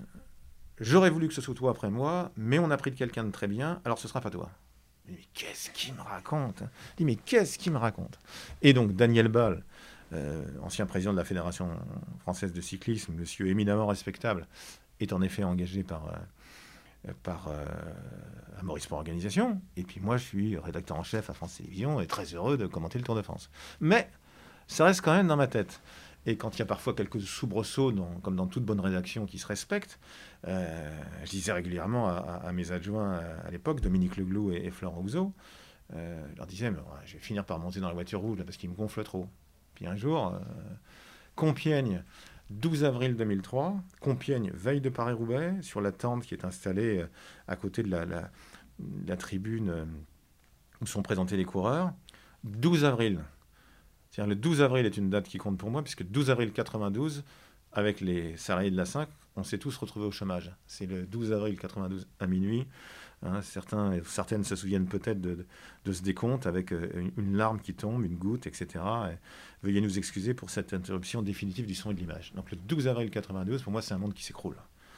J'aurais voulu que ce soit toi après moi, mais on a pris de quelqu'un de très bien, alors ce sera pas toi. Je dis, mais qu'est-ce qu'il me raconte? Je dis, mais qu'est-ce qu'il me raconte? Et donc, Daniel Ball, euh, ancien président de la Fédération française de cyclisme, monsieur éminemment respectable, est en effet engagé par, euh, par euh, Amaury Sport Organisation. Et puis moi, je suis rédacteur en chef à France Télévisions et très heureux de commenter le Tour de France. Mais ça reste quand même dans ma tête. Et quand il y a parfois quelques soubresauts, dans, comme dans toute bonne rédaction qui se respecte, euh, je disais régulièrement à, à, à mes adjoints à, à l'époque, Dominique Leglou et, et Florent Houzeau, euh, je leur disais, mais, ouais, je vais finir par monter dans la voiture rouge là, parce qu'ils me gonflent trop. Puis un jour, euh, Compiègne, douze avril deux mille trois, Compiègne, veille de Paris-Roubaix, sur la tente qui est installée euh, à côté de la, la, la tribune euh, où sont présentés les coureurs. douze avril. C'est-à-dire le douze avril est une date qui compte pour moi, puisque douze avril quatre-vingt-douze, avec les salariés de la cinq, on s'est tous retrouvés au chômage. C'est le douze avril quatre-vingt-douze à minuit. Hein, certains, certaines se souviennent peut-être de, de, de ce décompte avec une, une larme qui tombe, une goutte, et cetera. Et veuillez nous excuser pour cette interruption définitive du son et de l'image. Donc le douze avril quatre-vingt-douze, pour moi, c'est un monde qui s'écroule.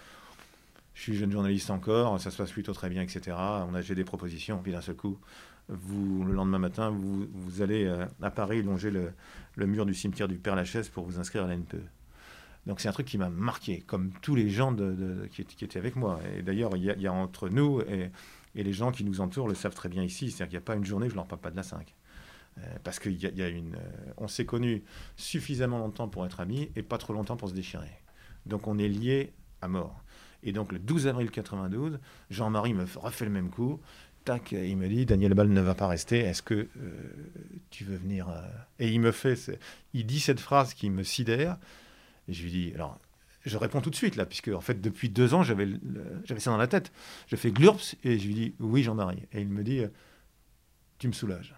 Je suis jeune journaliste encore, ça se passe plutôt très bien, et cetera. On a j'ai des propositions, puis d'un seul coup, vous, le lendemain matin, vous, vous allez euh, à Paris longer le, le mur du cimetière du Père-Lachaise pour vous inscrire à l'A N P E. Donc c'est un truc qui m'a marqué, comme tous les gens de, de, qui, qui étaient avec moi. Et d'ailleurs, il y, y a entre nous et, et les gens qui nous entourent le savent très bien ici. C'est-à-dire qu'il n'y a pas une journée où je ne leur parle pas de la cinq. Euh, parce qu'il y a, y a une... Euh, on s'est connus suffisamment longtemps pour être amis et pas trop longtemps pour se déchirer. Donc on est liés à mort. Et donc le douze avril quatre-vingt-douze, Jean-Marie me refait le même coup. Tac, il me dit, Daniel Ball ne va pas rester, est-ce que euh, tu veux venir euh... Et il me fait, il dit cette phrase qui me sidère, et je lui dis, alors, je réponds tout de suite, là, puisque, en fait, depuis deux ans, j'avais, le, j'avais ça dans la tête. Je fais glurps, et je lui dis, oui, Jean-Marie. Et il me dit, tu me soulages.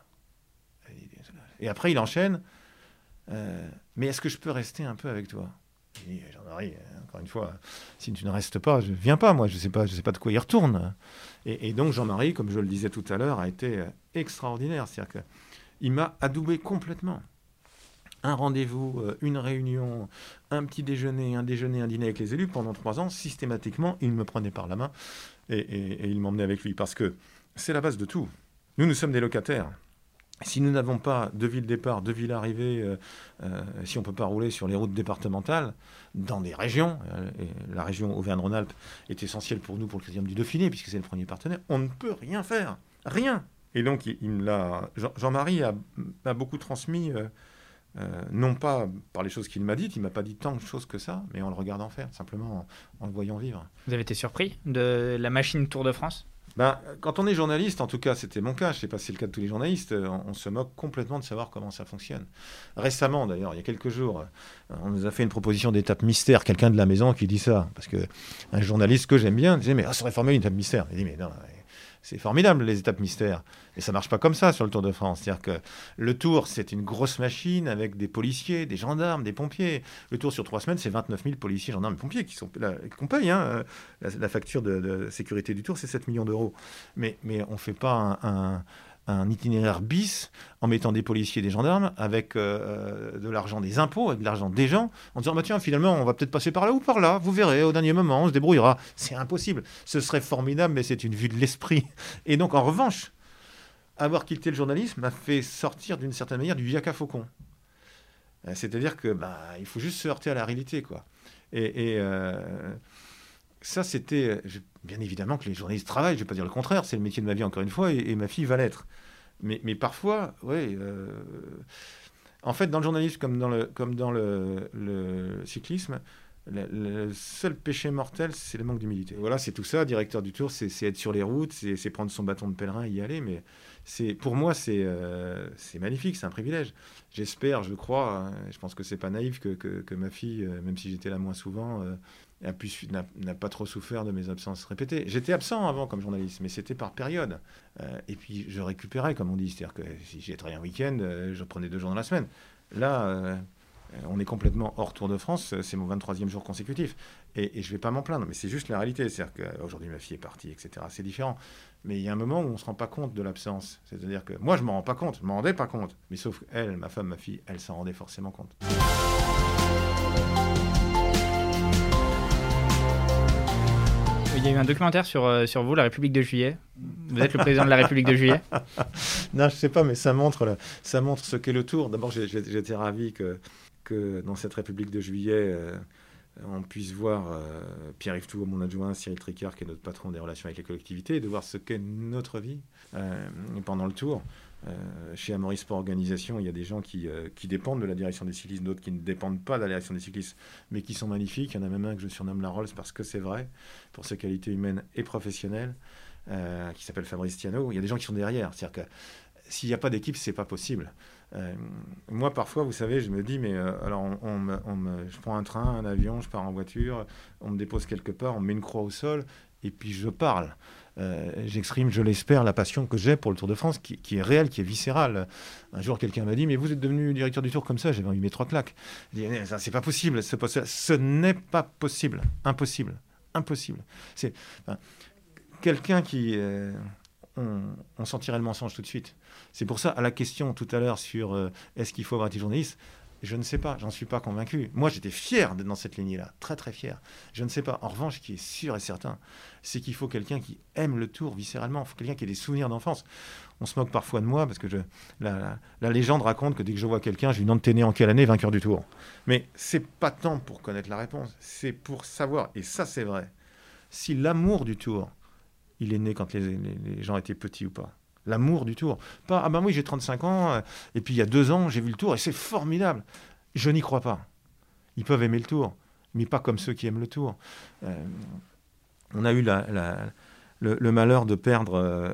Et après, il enchaîne, euh, mais est-ce que je peux rester un peu avec toi? Je dis, Jean-Marie, encore une fois, si tu ne restes pas, je ne viens pas, moi, je ne sais pas, je sais pas de quoi il retourne. Et, et donc, Jean-Marie, comme je le disais tout à l'heure, a été extraordinaire. C'est-à-dire qu'il m'a adoubé complètement. un rendez-vous, euh, une réunion, un petit déjeuner, un déjeuner, un dîner avec les élus. Pendant trois ans, systématiquement, il me prenait par la main et, et, et il m'emmenait avec lui. Parce que c'est la base de tout. Nous, nous sommes des locataires. Si nous n'avons pas de ville départ, de ville arrivée, euh, euh, si on ne peut pas rouler sur les routes départementales, dans des régions, euh, et la région Auvergne-Rhône-Alpes est essentielle pour nous, pour le Critérium du Dauphiné, puisque c'est le premier partenaire, on ne peut rien faire. Rien. Et donc, il, il me l'a... Jean, Jean-Marie a, a beaucoup transmis, euh, euh, non pas par les choses qu'il m'a dites, il ne m'a pas dit tant de choses que ça, mais en le regardant faire, simplement en, en le voyant vivre. Vous avez été surpris de la machine Tour de France ? Ben, quand on est journaliste, en tout cas, c'était mon cas, je ne sais pas si c'est le cas de tous les journalistes, on, on se moque complètement de savoir comment ça fonctionne. Récemment, d'ailleurs, il y a quelques jours, on nous a fait une proposition d'étape mystère, quelqu'un de la maison qui dit ça, parce qu'un journaliste que j'aime bien disait « mais ah, ça aurait formé une étape mystère ». Il dit « mais non, c'est formidable les étapes mystères ». Et ça ne marche pas comme ça sur le Tour de France. C'est-à-dire que le Tour, c'est une grosse machine avec des policiers, des gendarmes, des pompiers. Le Tour, sur trois semaines, c'est vingt-neuf mille policiers, gendarmes et pompiers qui sont, là, qu'on paye. Hein. La, la facture de, de sécurité du Tour, c'est sept millions d'euros. Mais, mais on ne fait pas un, un, un itinéraire bis en mettant des policiers et des gendarmes avec euh, de l'argent des impôts, avec de l'argent des gens, en disant bah, « tiens, finalement, on va peut-être passer par là ou par là. Vous verrez, au dernier moment, on se débrouillera. » C'est impossible. Ce serait formidable, mais c'est une vue de l'esprit. Et donc, en revanche, avoir quitté le journalisme m'a fait sortir d'une certaine manière du yaka faucon. C'est-à-dire que bah, il faut juste se heurter à la réalité, quoi. Et, et euh, ça, c'était... Je, bien évidemment que les journalistes travaillent, je ne vais pas dire le contraire, c'est le métier de ma vie, encore une fois, et, et ma fille va l'être. Mais, mais parfois, oui... Euh, en fait, dans le journalisme, comme dans le, comme dans le, le cyclisme, Le, le seul péché mortel, c'est le manque d'humilité. Voilà, c'est tout ça. Directeur du Tour, c'est, c'est être sur les routes, c'est, c'est prendre son bâton de pèlerin et y aller. Mais c'est, pour moi, c'est, euh, c'est magnifique, c'est un privilège. J'espère, je crois, hein, je pense que c'est pas naïf que, que, que ma fille, euh, même si j'étais là moins souvent, euh, a pu, n'a, n'a pas trop souffert de mes absences répétées. J'étais absent avant comme journaliste, mais c'était par période. Euh, et puis je récupérais, comme on dit. C'est-à-dire que si j'ai travaillé un week-end, euh, je prenais deux jours dans la semaine. Là... Euh, on est complètement hors Tour de France, c'est mon vingt-troisième jour consécutif. Et, et je ne vais pas m'en plaindre, mais c'est juste la réalité. C'est-à-dire qu'aujourd'hui, ma fille est partie, et cetera. C'est différent. Mais il y a un moment où on ne se rend pas compte de l'absence. C'est-à-dire que moi, je ne m'en rends pas compte, je ne m'en rendais pas compte. Mais sauf qu'elle, ma femme, ma fille, elle s'en rendait forcément compte. Il y a eu un documentaire sur, euh, sur vous, la République de Juillet. Vous êtes le président de la République de Juillet. Non, je ne sais pas, mais ça montre, la, ça montre ce qu'est le Tour. D'abord, j'ai, j'ai, j'étais ravi que... que dans cette République de Juillet, euh, on puisse voir euh, Pierre-Yves Touot, mon adjoint, Cyril Tricard, qui est notre patron des relations avec les collectivités, et de voir ce qu'est notre vie euh, pendant le Tour. Euh, chez Amaury Sport Organisation, il y a des gens qui, euh, qui dépendent de la direction des cyclistes, d'autres qui ne dépendent pas de la direction des cyclistes, mais qui sont magnifiques. Il y en a même un que je surnomme la Rolls parce que c'est vrai, pour ses qualités humaines et professionnelles, euh, qui s'appelle Fabrice Tiano. Il y a des gens qui sont derrière. C'est-à-dire que s'il n'y a pas d'équipe, c'est pas possible. Euh, moi, parfois, vous savez, je me dis, mais euh, alors, on, on me, on me, je prends un train, un avion, je pars en voiture, on me dépose quelque part, on me met une croix au sol, et puis je parle. Euh, j'exprime, je l'espère, la passion que j'ai pour le Tour de France, qui, qui est réelle, qui est viscérale. Un jour, quelqu'un m'a dit, mais vous êtes devenu directeur du Tour comme ça, j'avais envie de mettre trois claques. Je dis, ça, c'est pas possible, c'est pas, ce n'est pas possible, impossible, impossible. C'est enfin, quelqu'un qui... Euh, On, on sentirait le mensonge tout de suite. C'est pour ça, à la question tout à l'heure sur euh, est-ce qu'il faut avoir été journaliste, je ne sais pas, j'en suis pas convaincu. Moi, j'étais fier d'être dans cette lignée-là, très très fier. Je ne sais pas. En revanche, ce qui est sûr et certain, c'est qu'il faut quelqu'un qui aime le Tour viscéralement, il faut quelqu'un qui ait des souvenirs d'enfance. On se moque parfois de moi parce que je, la, la, la légende raconte que dès que je vois quelqu'un, je lui demande t'es né en quelle année, vainqueur du Tour. Mais c'est pas tant pour connaître la réponse, c'est pour savoir, et ça c'est vrai, si l'amour du Tour, il est né quand les, les, les gens étaient petits ou pas. L'amour du Tour. Pas, ah ben oui, j'ai trente-cinq ans, euh, et puis il y a deux ans, j'ai vu le Tour, et c'est formidable. Je n'y crois pas. Ils peuvent aimer le Tour, mais pas comme ceux qui aiment le Tour. Euh, on a eu la, la, le, le malheur de perdre, euh,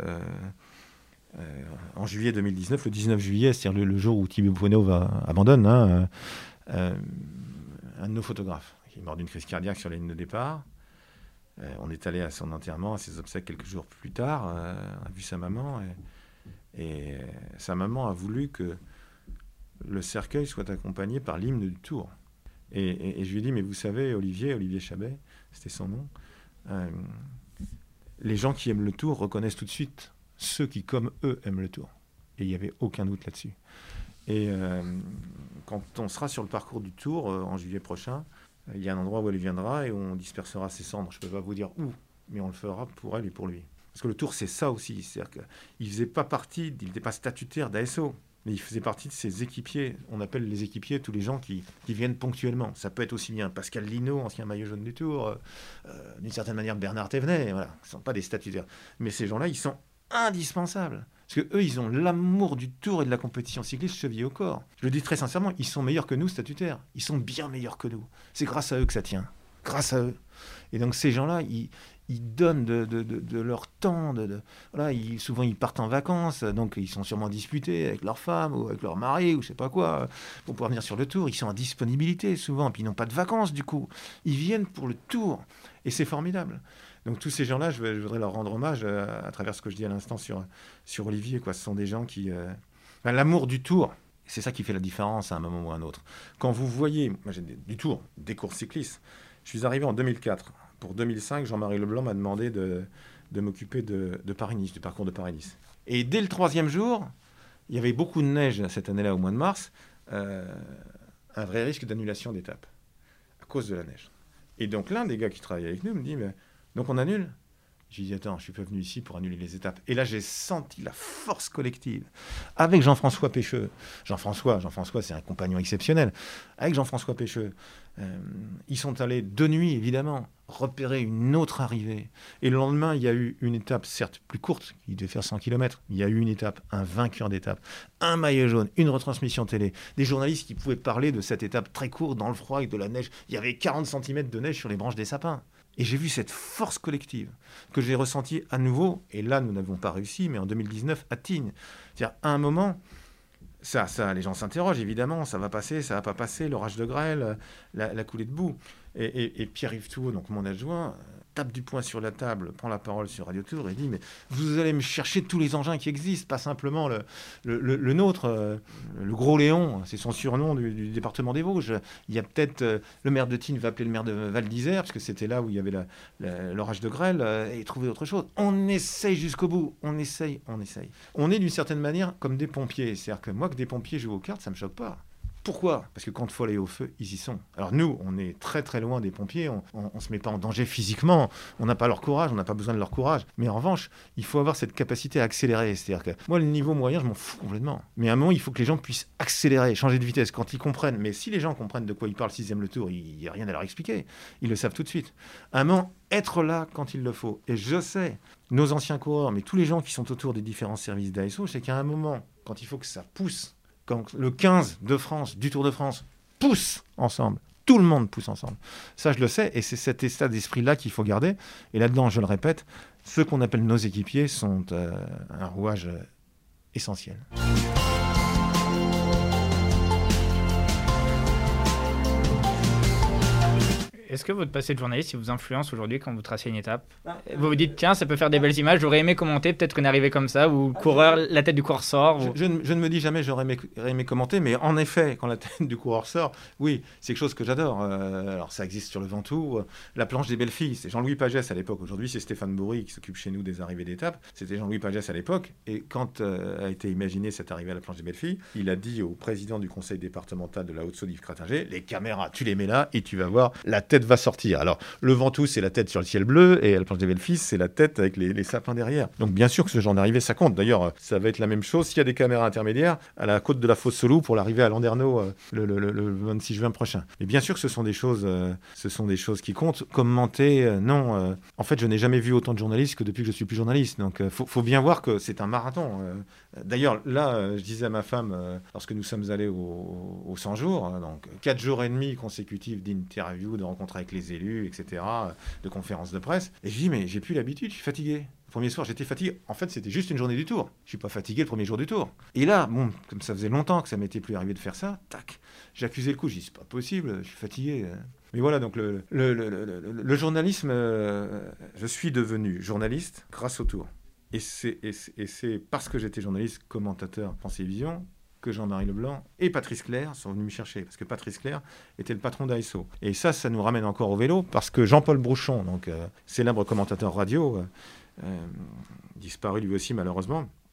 euh, en juillet deux mille dix-neuf, le dix-neuf juillet, c'est-à-dire le, le jour où Thibaut Pinot va, abandonne, hein, euh, un de nos photographes, qui est mort d'une crise cardiaque sur la ligne de départ. Euh, on est allé à son enterrement, à ses obsèques quelques jours plus tard. Euh, on a vu sa maman. Et, et euh, sa maman a voulu que le cercueil soit accompagné par l'hymne du Tour. Et, et, et je lui ai dit, mais vous savez, Olivier, Olivier Chabet, c'était son nom, euh, les gens qui aiment le Tour reconnaissent tout de suite ceux qui, comme eux, aiment le Tour. Et il n'y avait aucun doute là-dessus. Et euh, quand on sera sur le parcours du Tour, euh, en juillet prochain, euh, il y a un endroit où elle viendra et où on dispersera ses cendres. Je ne peux pas vous dire où, mais on le fera pour elle et pour lui. Parce que le Tour, c'est ça aussi. C'est-à-dire qu'il ne faisait pas partie, il n'était pas statutaire d'A S O. Mais il faisait partie de ces équipiers. On appelle les équipiers tous les gens qui, qui viennent ponctuellement. Ça peut être aussi bien Pascal Lino, ancien maillot jaune du Tour, euh, euh, d'une certaine manière Bernard Thévenet. Voilà. Ce ne sont pas des statutaires. Mais ces gens-là, ils sont indispensables. Parce qu'eux, ils ont l'amour du Tour et de la compétition cycliste chevillé au corps. Je le dis très sincèrement, ils sont meilleurs que nous, statutaires. Ils sont bien meilleurs que nous. C'est grâce à eux que ça tient. Grâce à eux. Et donc ces gens-là, ils... ils donnent de, de, de, de leur temps, de, de, voilà, ils, souvent ils partent en vacances, donc ils sont sûrement disputés avec leur femme ou avec leur mari ou je sais pas quoi, pour pouvoir venir sur le Tour. Ils sont en disponibilité souvent, puis ils n'ont pas de vacances du coup. Ils viennent pour le Tour et c'est formidable. Donc tous ces gens-là, je, je voudrais leur rendre hommage à, à travers ce que je dis à l'instant sur, sur Olivier, quoi. Ce sont des gens qui... Euh... Ben, l'amour du Tour, c'est ça qui fait la différence à un moment ou à un autre. Quand vous voyez, moi j'ai des, du Tour, des courses cyclistes, je suis arrivé en deux mille quatre. Pour deux mille cinq, Jean-Marie Leblanc m'a demandé de, de m'occuper de, de Paris-Nice, du parcours de Paris-Nice. Et dès le troisième jour, il y avait beaucoup de neige cette année-là, au mois de mars, euh, un vrai risque d'annulation d'étape, à cause de la neige. Et donc l'un des gars qui travaillait avec nous me dit, mais, donc on annule ? J'ai dit, attends, je ne suis pas venu ici pour annuler les étapes. Et là, j'ai senti la force collective. Avec Jean-François Pécheux. Jean-François, Jean-François, c'est un compagnon exceptionnel. Avec Jean-François Pécheux, euh, ils sont allés de nuit, évidemment, repérer une autre arrivée. Et le lendemain, il y a eu une étape, certes plus courte, qui devait faire cent kilomètres. Il y a eu une étape, un vainqueur d'étape, un maillot jaune, une retransmission télé. Des journalistes qui pouvaient parler de cette étape très courte, dans le froid, avec de la neige. Il y avait quarante centimètres de neige sur les branches des sapins. Et j'ai vu cette force collective que j'ai ressentie à nouveau, et là, nous n'avons pas réussi, mais en deux mille dix-neuf, à Tignes. C'est-à-dire, à un moment, ça, ça, les gens s'interrogent, évidemment, ça va passer, ça va pas passer, l'orage de grêle, la, la coulée de boue. Et, et, et Pierre-Yves Touot, donc mon adjoint, tape du poing sur la table, prend la parole sur Radio Tour et dit « Mais vous allez me chercher tous les engins qui existent, pas simplement le, le, le, le nôtre, euh, le Gros Léon, c'est son surnom du, du département des Vosges. Il y a peut-être, euh, le maire de Tignes va appeler le maire de Val d'Isère, parce que c'était là où il y avait la, la, l'orage de grêle, euh, et trouver autre chose. On essaye jusqu'au bout, on essaye, on essaye. On est d'une certaine manière comme des pompiers, c'est-à-dire que moi, que des pompiers jouent aux cartes, ça ne me choque pas. Pourquoi ? Parce que quand il faut aller au feu, ils y sont. Alors nous, on est très très loin des pompiers, on ne se met pas en danger physiquement, on n'a pas leur courage, on n'a pas besoin de leur courage. Mais en revanche, il faut avoir cette capacité à accélérer. C'est-à-dire que moi, le niveau moyen, je m'en fous complètement. Mais à un moment, il faut que les gens puissent accélérer, changer de vitesse quand ils comprennent. Mais si les gens comprennent de quoi ils parlent sixième le Tour, il n'y a rien à leur expliquer. Ils le savent tout de suite. À un moment, être là quand il le faut. Et je sais, nos anciens coureurs, mais tous les gens qui sont autour des différents services d'A S O, c'est qu'à un moment, quand il faut que ça pousse, quand le quinze de France, du Tour de France, pousse ensemble. Tout le monde pousse ensemble. Ça, je le sais, et c'est cet état d'esprit-là qu'il faut garder. Et là-dedans, je le répète, ceux qu'on appelle nos équipiers sont euh, un rouage euh, essentiel. Est-ce que votre passé de journaliste vous influence aujourd'hui quand vous tracez une étape ? Vous vous dites, tiens, ça peut faire des belles images, j'aurais aimé commenter peut-être une arrivée comme ça, où le coureur, la tête du coureur sort. Ou... Je, je, ne, je ne me dis jamais j'aurais aimé, aimé commenter, mais en effet, quand la tête du coureur sort, oui, c'est quelque chose que j'adore. Euh, alors ça existe sur le Ventoux, euh, la planche des belles filles, c'est Jean-Louis Pagès à l'époque. Aujourd'hui, c'est Stéphane Bourri qui s'occupe chez nous des arrivées d'étapes. C'était Jean-Louis Pagès à l'époque, et quand euh, a été imaginée cette arrivée à la planche des belles filles, il a dit au président du conseil départemental de la Haute-Saône, Yves Cratinger, les caméras, tu les mets là et tu vas voir, la tête va sortir. Alors, le Ventoux, c'est la tête sur le ciel bleu, et à la planche des belles filles, c'est la tête avec les, les sapins derrière. Donc bien sûr que ce genre d'arrivée, ça compte. D'ailleurs, ça va être la même chose s'il y a des caméras intermédiaires à la côte de la Fosse-Solou pour l'arrivée à Landerneau euh, le, le, le, le vingt-six juin prochain. Et bien sûr que ce sont des choses, euh, ce sont des choses qui comptent. Commenter, euh, non. Euh, en fait, je n'ai jamais vu autant de journalistes que depuis que je suis plus journaliste. Donc il euh, faut, faut bien voir que c'est un marathon. Euh, D'ailleurs, là, euh, je disais à ma femme, euh, lorsque nous sommes allés au, au cent jours, hein, donc quatre jours et demi consécutifs d'interviews, de rencontres avec les élus, et cetera, de conférences de presse. Et je dis, mais j'ai plus l'habitude, je suis fatigué. Le premier soir, j'étais fatigué. En fait, c'était juste une journée du Tour. Je suis pas fatigué le premier jour du Tour. Et là, bon, comme ça faisait longtemps que ça m'était plus arrivé de faire ça, tac, j'ai accusé le coup. Je dis, c'est pas possible, je suis fatigué. Mais voilà, donc le, le, le, le, le, le journalisme, euh, je suis devenu journaliste grâce au Tour. Et c'est, et c'est, et c'est parce que j'étais journaliste, commentateur, Pensée et Vision, que Jean-Marie Leblanc et Patrice Clerc sont venus me chercher, parce que Patrice Clerc était le patron d'A S O. Et ça, ça nous ramène encore au vélo, parce que Jean-Paul Brouchon, donc euh, célèbre commentateur radio, euh, euh, disparu lui aussi malheureusement,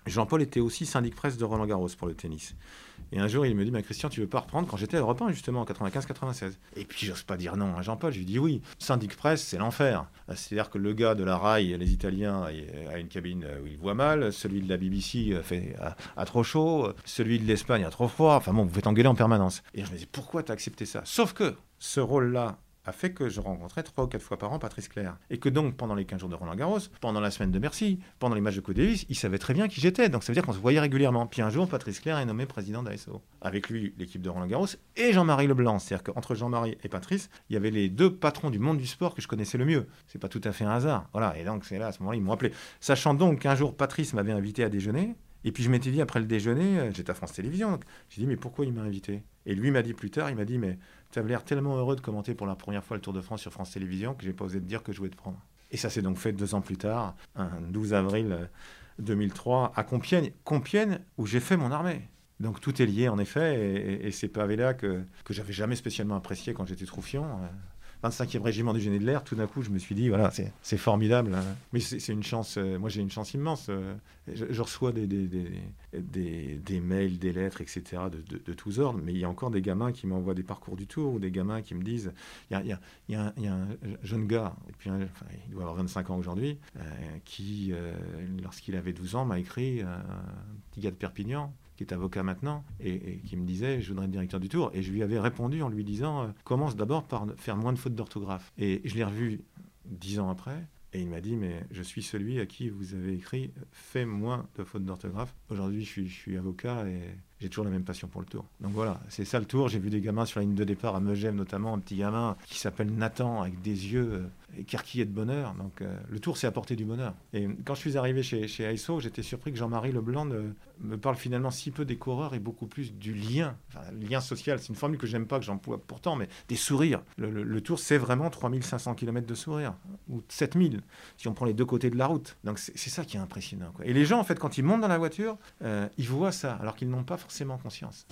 Jean-Paul était aussi syndic presse de Roland-Garros pour le tennis. Et un jour, il me dit, bah, Christian, tu veux pas reprendre quand j'étais à Europe un, justement, en quatre-vingt-quinze quatre-vingt-seize. Et puis, j'ose pas dire non à Jean-Paul. Je lui dis oui. Syndic presse, c'est l'enfer. C'est-à-dire que le gars de la R A I, les Italiens, a une cabine où il voit mal. Celui de la B B C fait, a, a trop chaud. Celui de l'Espagne a trop froid. Enfin bon, vous faites engueuler en permanence. Et je me dis, pourquoi t'as accepté ça? Sauf que ce rôle-là a fait que je rencontrais trois ou quatre fois par an Patrice Clerc. Et que donc, pendant les quinze jours de Roland-Garros, pendant la semaine de Bercy, pendant les matchs de Coupe Davis, il savait très bien qui j'étais. Donc ça veut dire qu'on se voyait régulièrement. Puis un jour, Patrice Clerc est nommé président d'A S O. Avec lui, l'équipe de Roland-Garros et Jean-Marie Leblanc. C'est-à-dire qu'entre Jean-Marie et Patrice, il y avait les deux patrons du monde du sport que je connaissais le mieux. C'est pas tout à fait un hasard. Voilà. Et donc, c'est là, à ce moment-là, ils m'ont appelé. Sachant donc qu'un jour, Patrice m'avait invité à déjeuner. Et puis je m'étais dit, après le déjeuner, j'étais à France Télévisions. Donc j'ai dit, mais pourquoi il m'a invité? Et lui m'a dit plus tard, il m'a dit, mais tu avais l'air tellement heureux de commenter pour la première fois le Tour de France sur France Télévisions que j'ai pas osé te dire que je voulais te prendre. Et ça s'est donc fait deux ans plus tard, un douze avril deux mille trois, à Compiègne. Compiègne, où j'ai fait mon armée. Donc tout est lié en effet, et, et, et ces pavés-là que, que j'avais jamais spécialement apprécié quand j'étais Troufion. vingt-cinquième régiment du génie de l'air, tout d'un coup, je me suis dit, voilà, c'est, c'est formidable. Hein. Mais c'est, c'est une chance, euh, moi j'ai une chance immense. Euh, je, je reçois des, des, des, des, des mails, des lettres, et cetera, de, de, de tous ordres, mais il y a encore des gamins qui m'envoient des parcours du Tour, ou des gamins qui me disent, il y a, il y a, il y a, un, il y a un jeune gars, et puis un, enfin, il doit avoir vingt-cinq ans aujourd'hui, euh, qui, euh, lorsqu'il avait douze ans, m'a écrit, euh, un petit gars de Perpignan, qui est avocat maintenant, et, et qui me disait, je voudrais être directeur du Tour. Et je lui avais répondu en lui disant, euh, commence d'abord par faire moins de fautes d'orthographe. Et je l'ai revu dix ans après, et il m'a dit, mais je suis celui à qui vous avez écrit, fais moins de fautes d'orthographe. Aujourd'hui, je suis, je suis avocat et j'ai toujours la même passion pour le Tour. Donc voilà, c'est ça le Tour. J'ai vu des gamins sur la ligne de départ à Megève, notamment un petit gamin qui s'appelle Nathan, avec des yeux euh, écarquillés de bonheur. Donc euh, le Tour, c'est apporter du bonheur. Et quand je suis arrivé chez, chez A S O, j'étais surpris que Jean-Marie Leblanc ne, me parle finalement si peu des coureurs et beaucoup plus du lien. Enfin, le lien social, c'est une formule que j'aime pas, que j'emploie pourtant, mais des sourires. Le, le, le Tour, c'est vraiment trois mille cinq cents kilomètres de sourires, ou sept mille, si on prend les deux côtés de la route. Donc c'est, c'est ça qui est impressionnant, quoi. Et les gens, en fait, quand ils montent dans la voiture, euh, ils voient ça, alors qu'ils n'ont pas forcément conscience.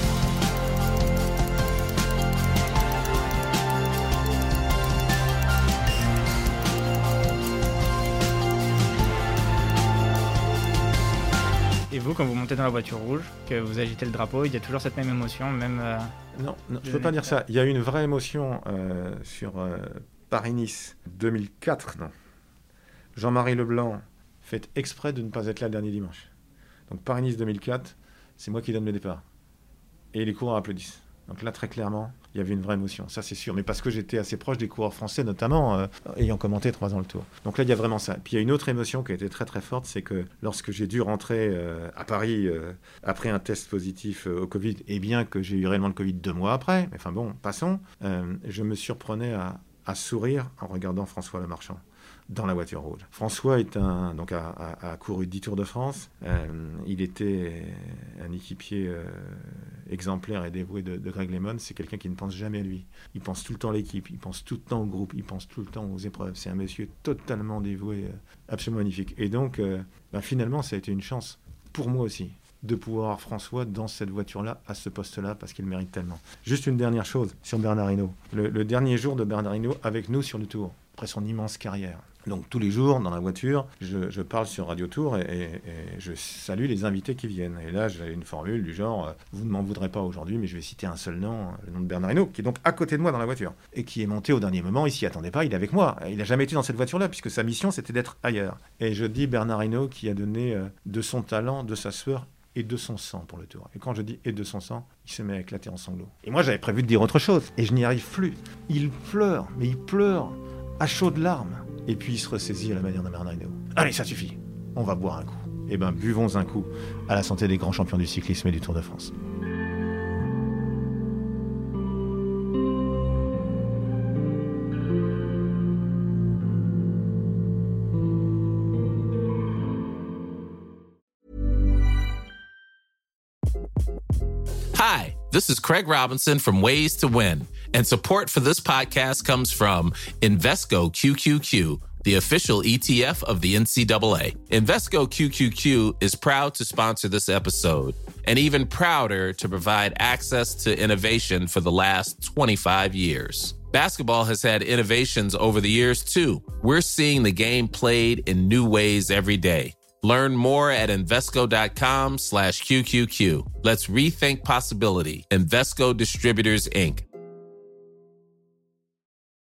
Et vous, quand vous montez dans la voiture rouge, que vous agitez le drapeau, il y a toujours cette même émotion, même... Euh, non, non je ne peux pas dire ça. Il y a une vraie émotion euh, sur euh, Paris-Nice deux mille quatre. Non. Jean-Marie Leblanc fait exprès de ne pas être là le dernier dimanche. Donc Paris-Nice deux mille quatre, c'est moi qui donne le départ. Et les coureurs applaudissent. Donc là, très clairement, il y avait une vraie émotion, ça c'est sûr. Mais parce que j'étais assez proche des coureurs français, notamment, euh, ayant commenté trois ans le Tour. Donc là, il y a vraiment ça. Puis il y a une autre émotion qui a été très très forte, c'est que lorsque j'ai dû rentrer euh, à Paris euh, après un test positif euh, au Covid, et bien que j'ai eu réellement le Covid deux mois après, mais enfin bon, passons, euh, je me surprenais à, à sourire en regardant François Lemarchand dans la voiture rouge. François est un, donc a, a, a couru dix Tours de France. Euh, il était un équipier euh, exemplaire et dévoué de, de Greg LeMond. C'est quelqu'un qui ne pense jamais à lui. Il pense tout le temps à l'équipe, il pense tout le temps au groupe, il pense tout le temps aux épreuves. C'est un monsieur totalement dévoué, euh, absolument magnifique. Et donc, euh, ben finalement, ça a été une chance pour moi aussi de pouvoir avoir François dans cette voiture-là, à ce poste-là, parce qu'il mérite tellement. Juste une dernière chose sur Bernard Hinault. Le, le dernier jour de Bernard Hinault avec nous sur le Tour, après son immense carrière. Donc tous les jours, dans la voiture, je, je parle sur Radio Tour et, et, et je salue les invités qui viennent. Et là, j'ai une formule du genre, euh, vous ne m'en voudrez pas aujourd'hui, mais je vais citer un seul nom, le nom de Bernard Hinault, qui est donc à côté de moi dans la voiture, et qui est monté au dernier moment, il s'y attendait pas, il est avec moi. Il n'a jamais été dans cette voiture-là, puisque sa mission, c'était d'être ailleurs. Et je dis Bernard Hinault qui a donné euh, de son talent, de sa sueur, et de son sang pour le Tour. Et quand je dis et de son sang, il se met à éclater en sanglots. Et moi, j'avais prévu de dire autre chose, et je n'y arrive plus. Il pleure, mais il pleure à chaudes larmes. Et puis il se ressaisit à la manière de Bernard Hinault. Allez, ça suffit, on va boire un coup. Eh bien, buvons un coup à la santé des grands champions du cyclisme et du Tour de France. Hi, this is Craig Robinson from Ways to Win, and support for this podcast comes from Invesco Q Q Q, the official E T F of the N C double A. Invesco Q Q Q is proud to sponsor this episode, and even prouder to provide access to innovation for the last twenty-five years. Basketball has had innovations over the years, too. We're seeing the game played in new ways every day. Learn more at Invesco.com slash QQQ. Let's rethink possibility. Invesco Distributors, Incorporated.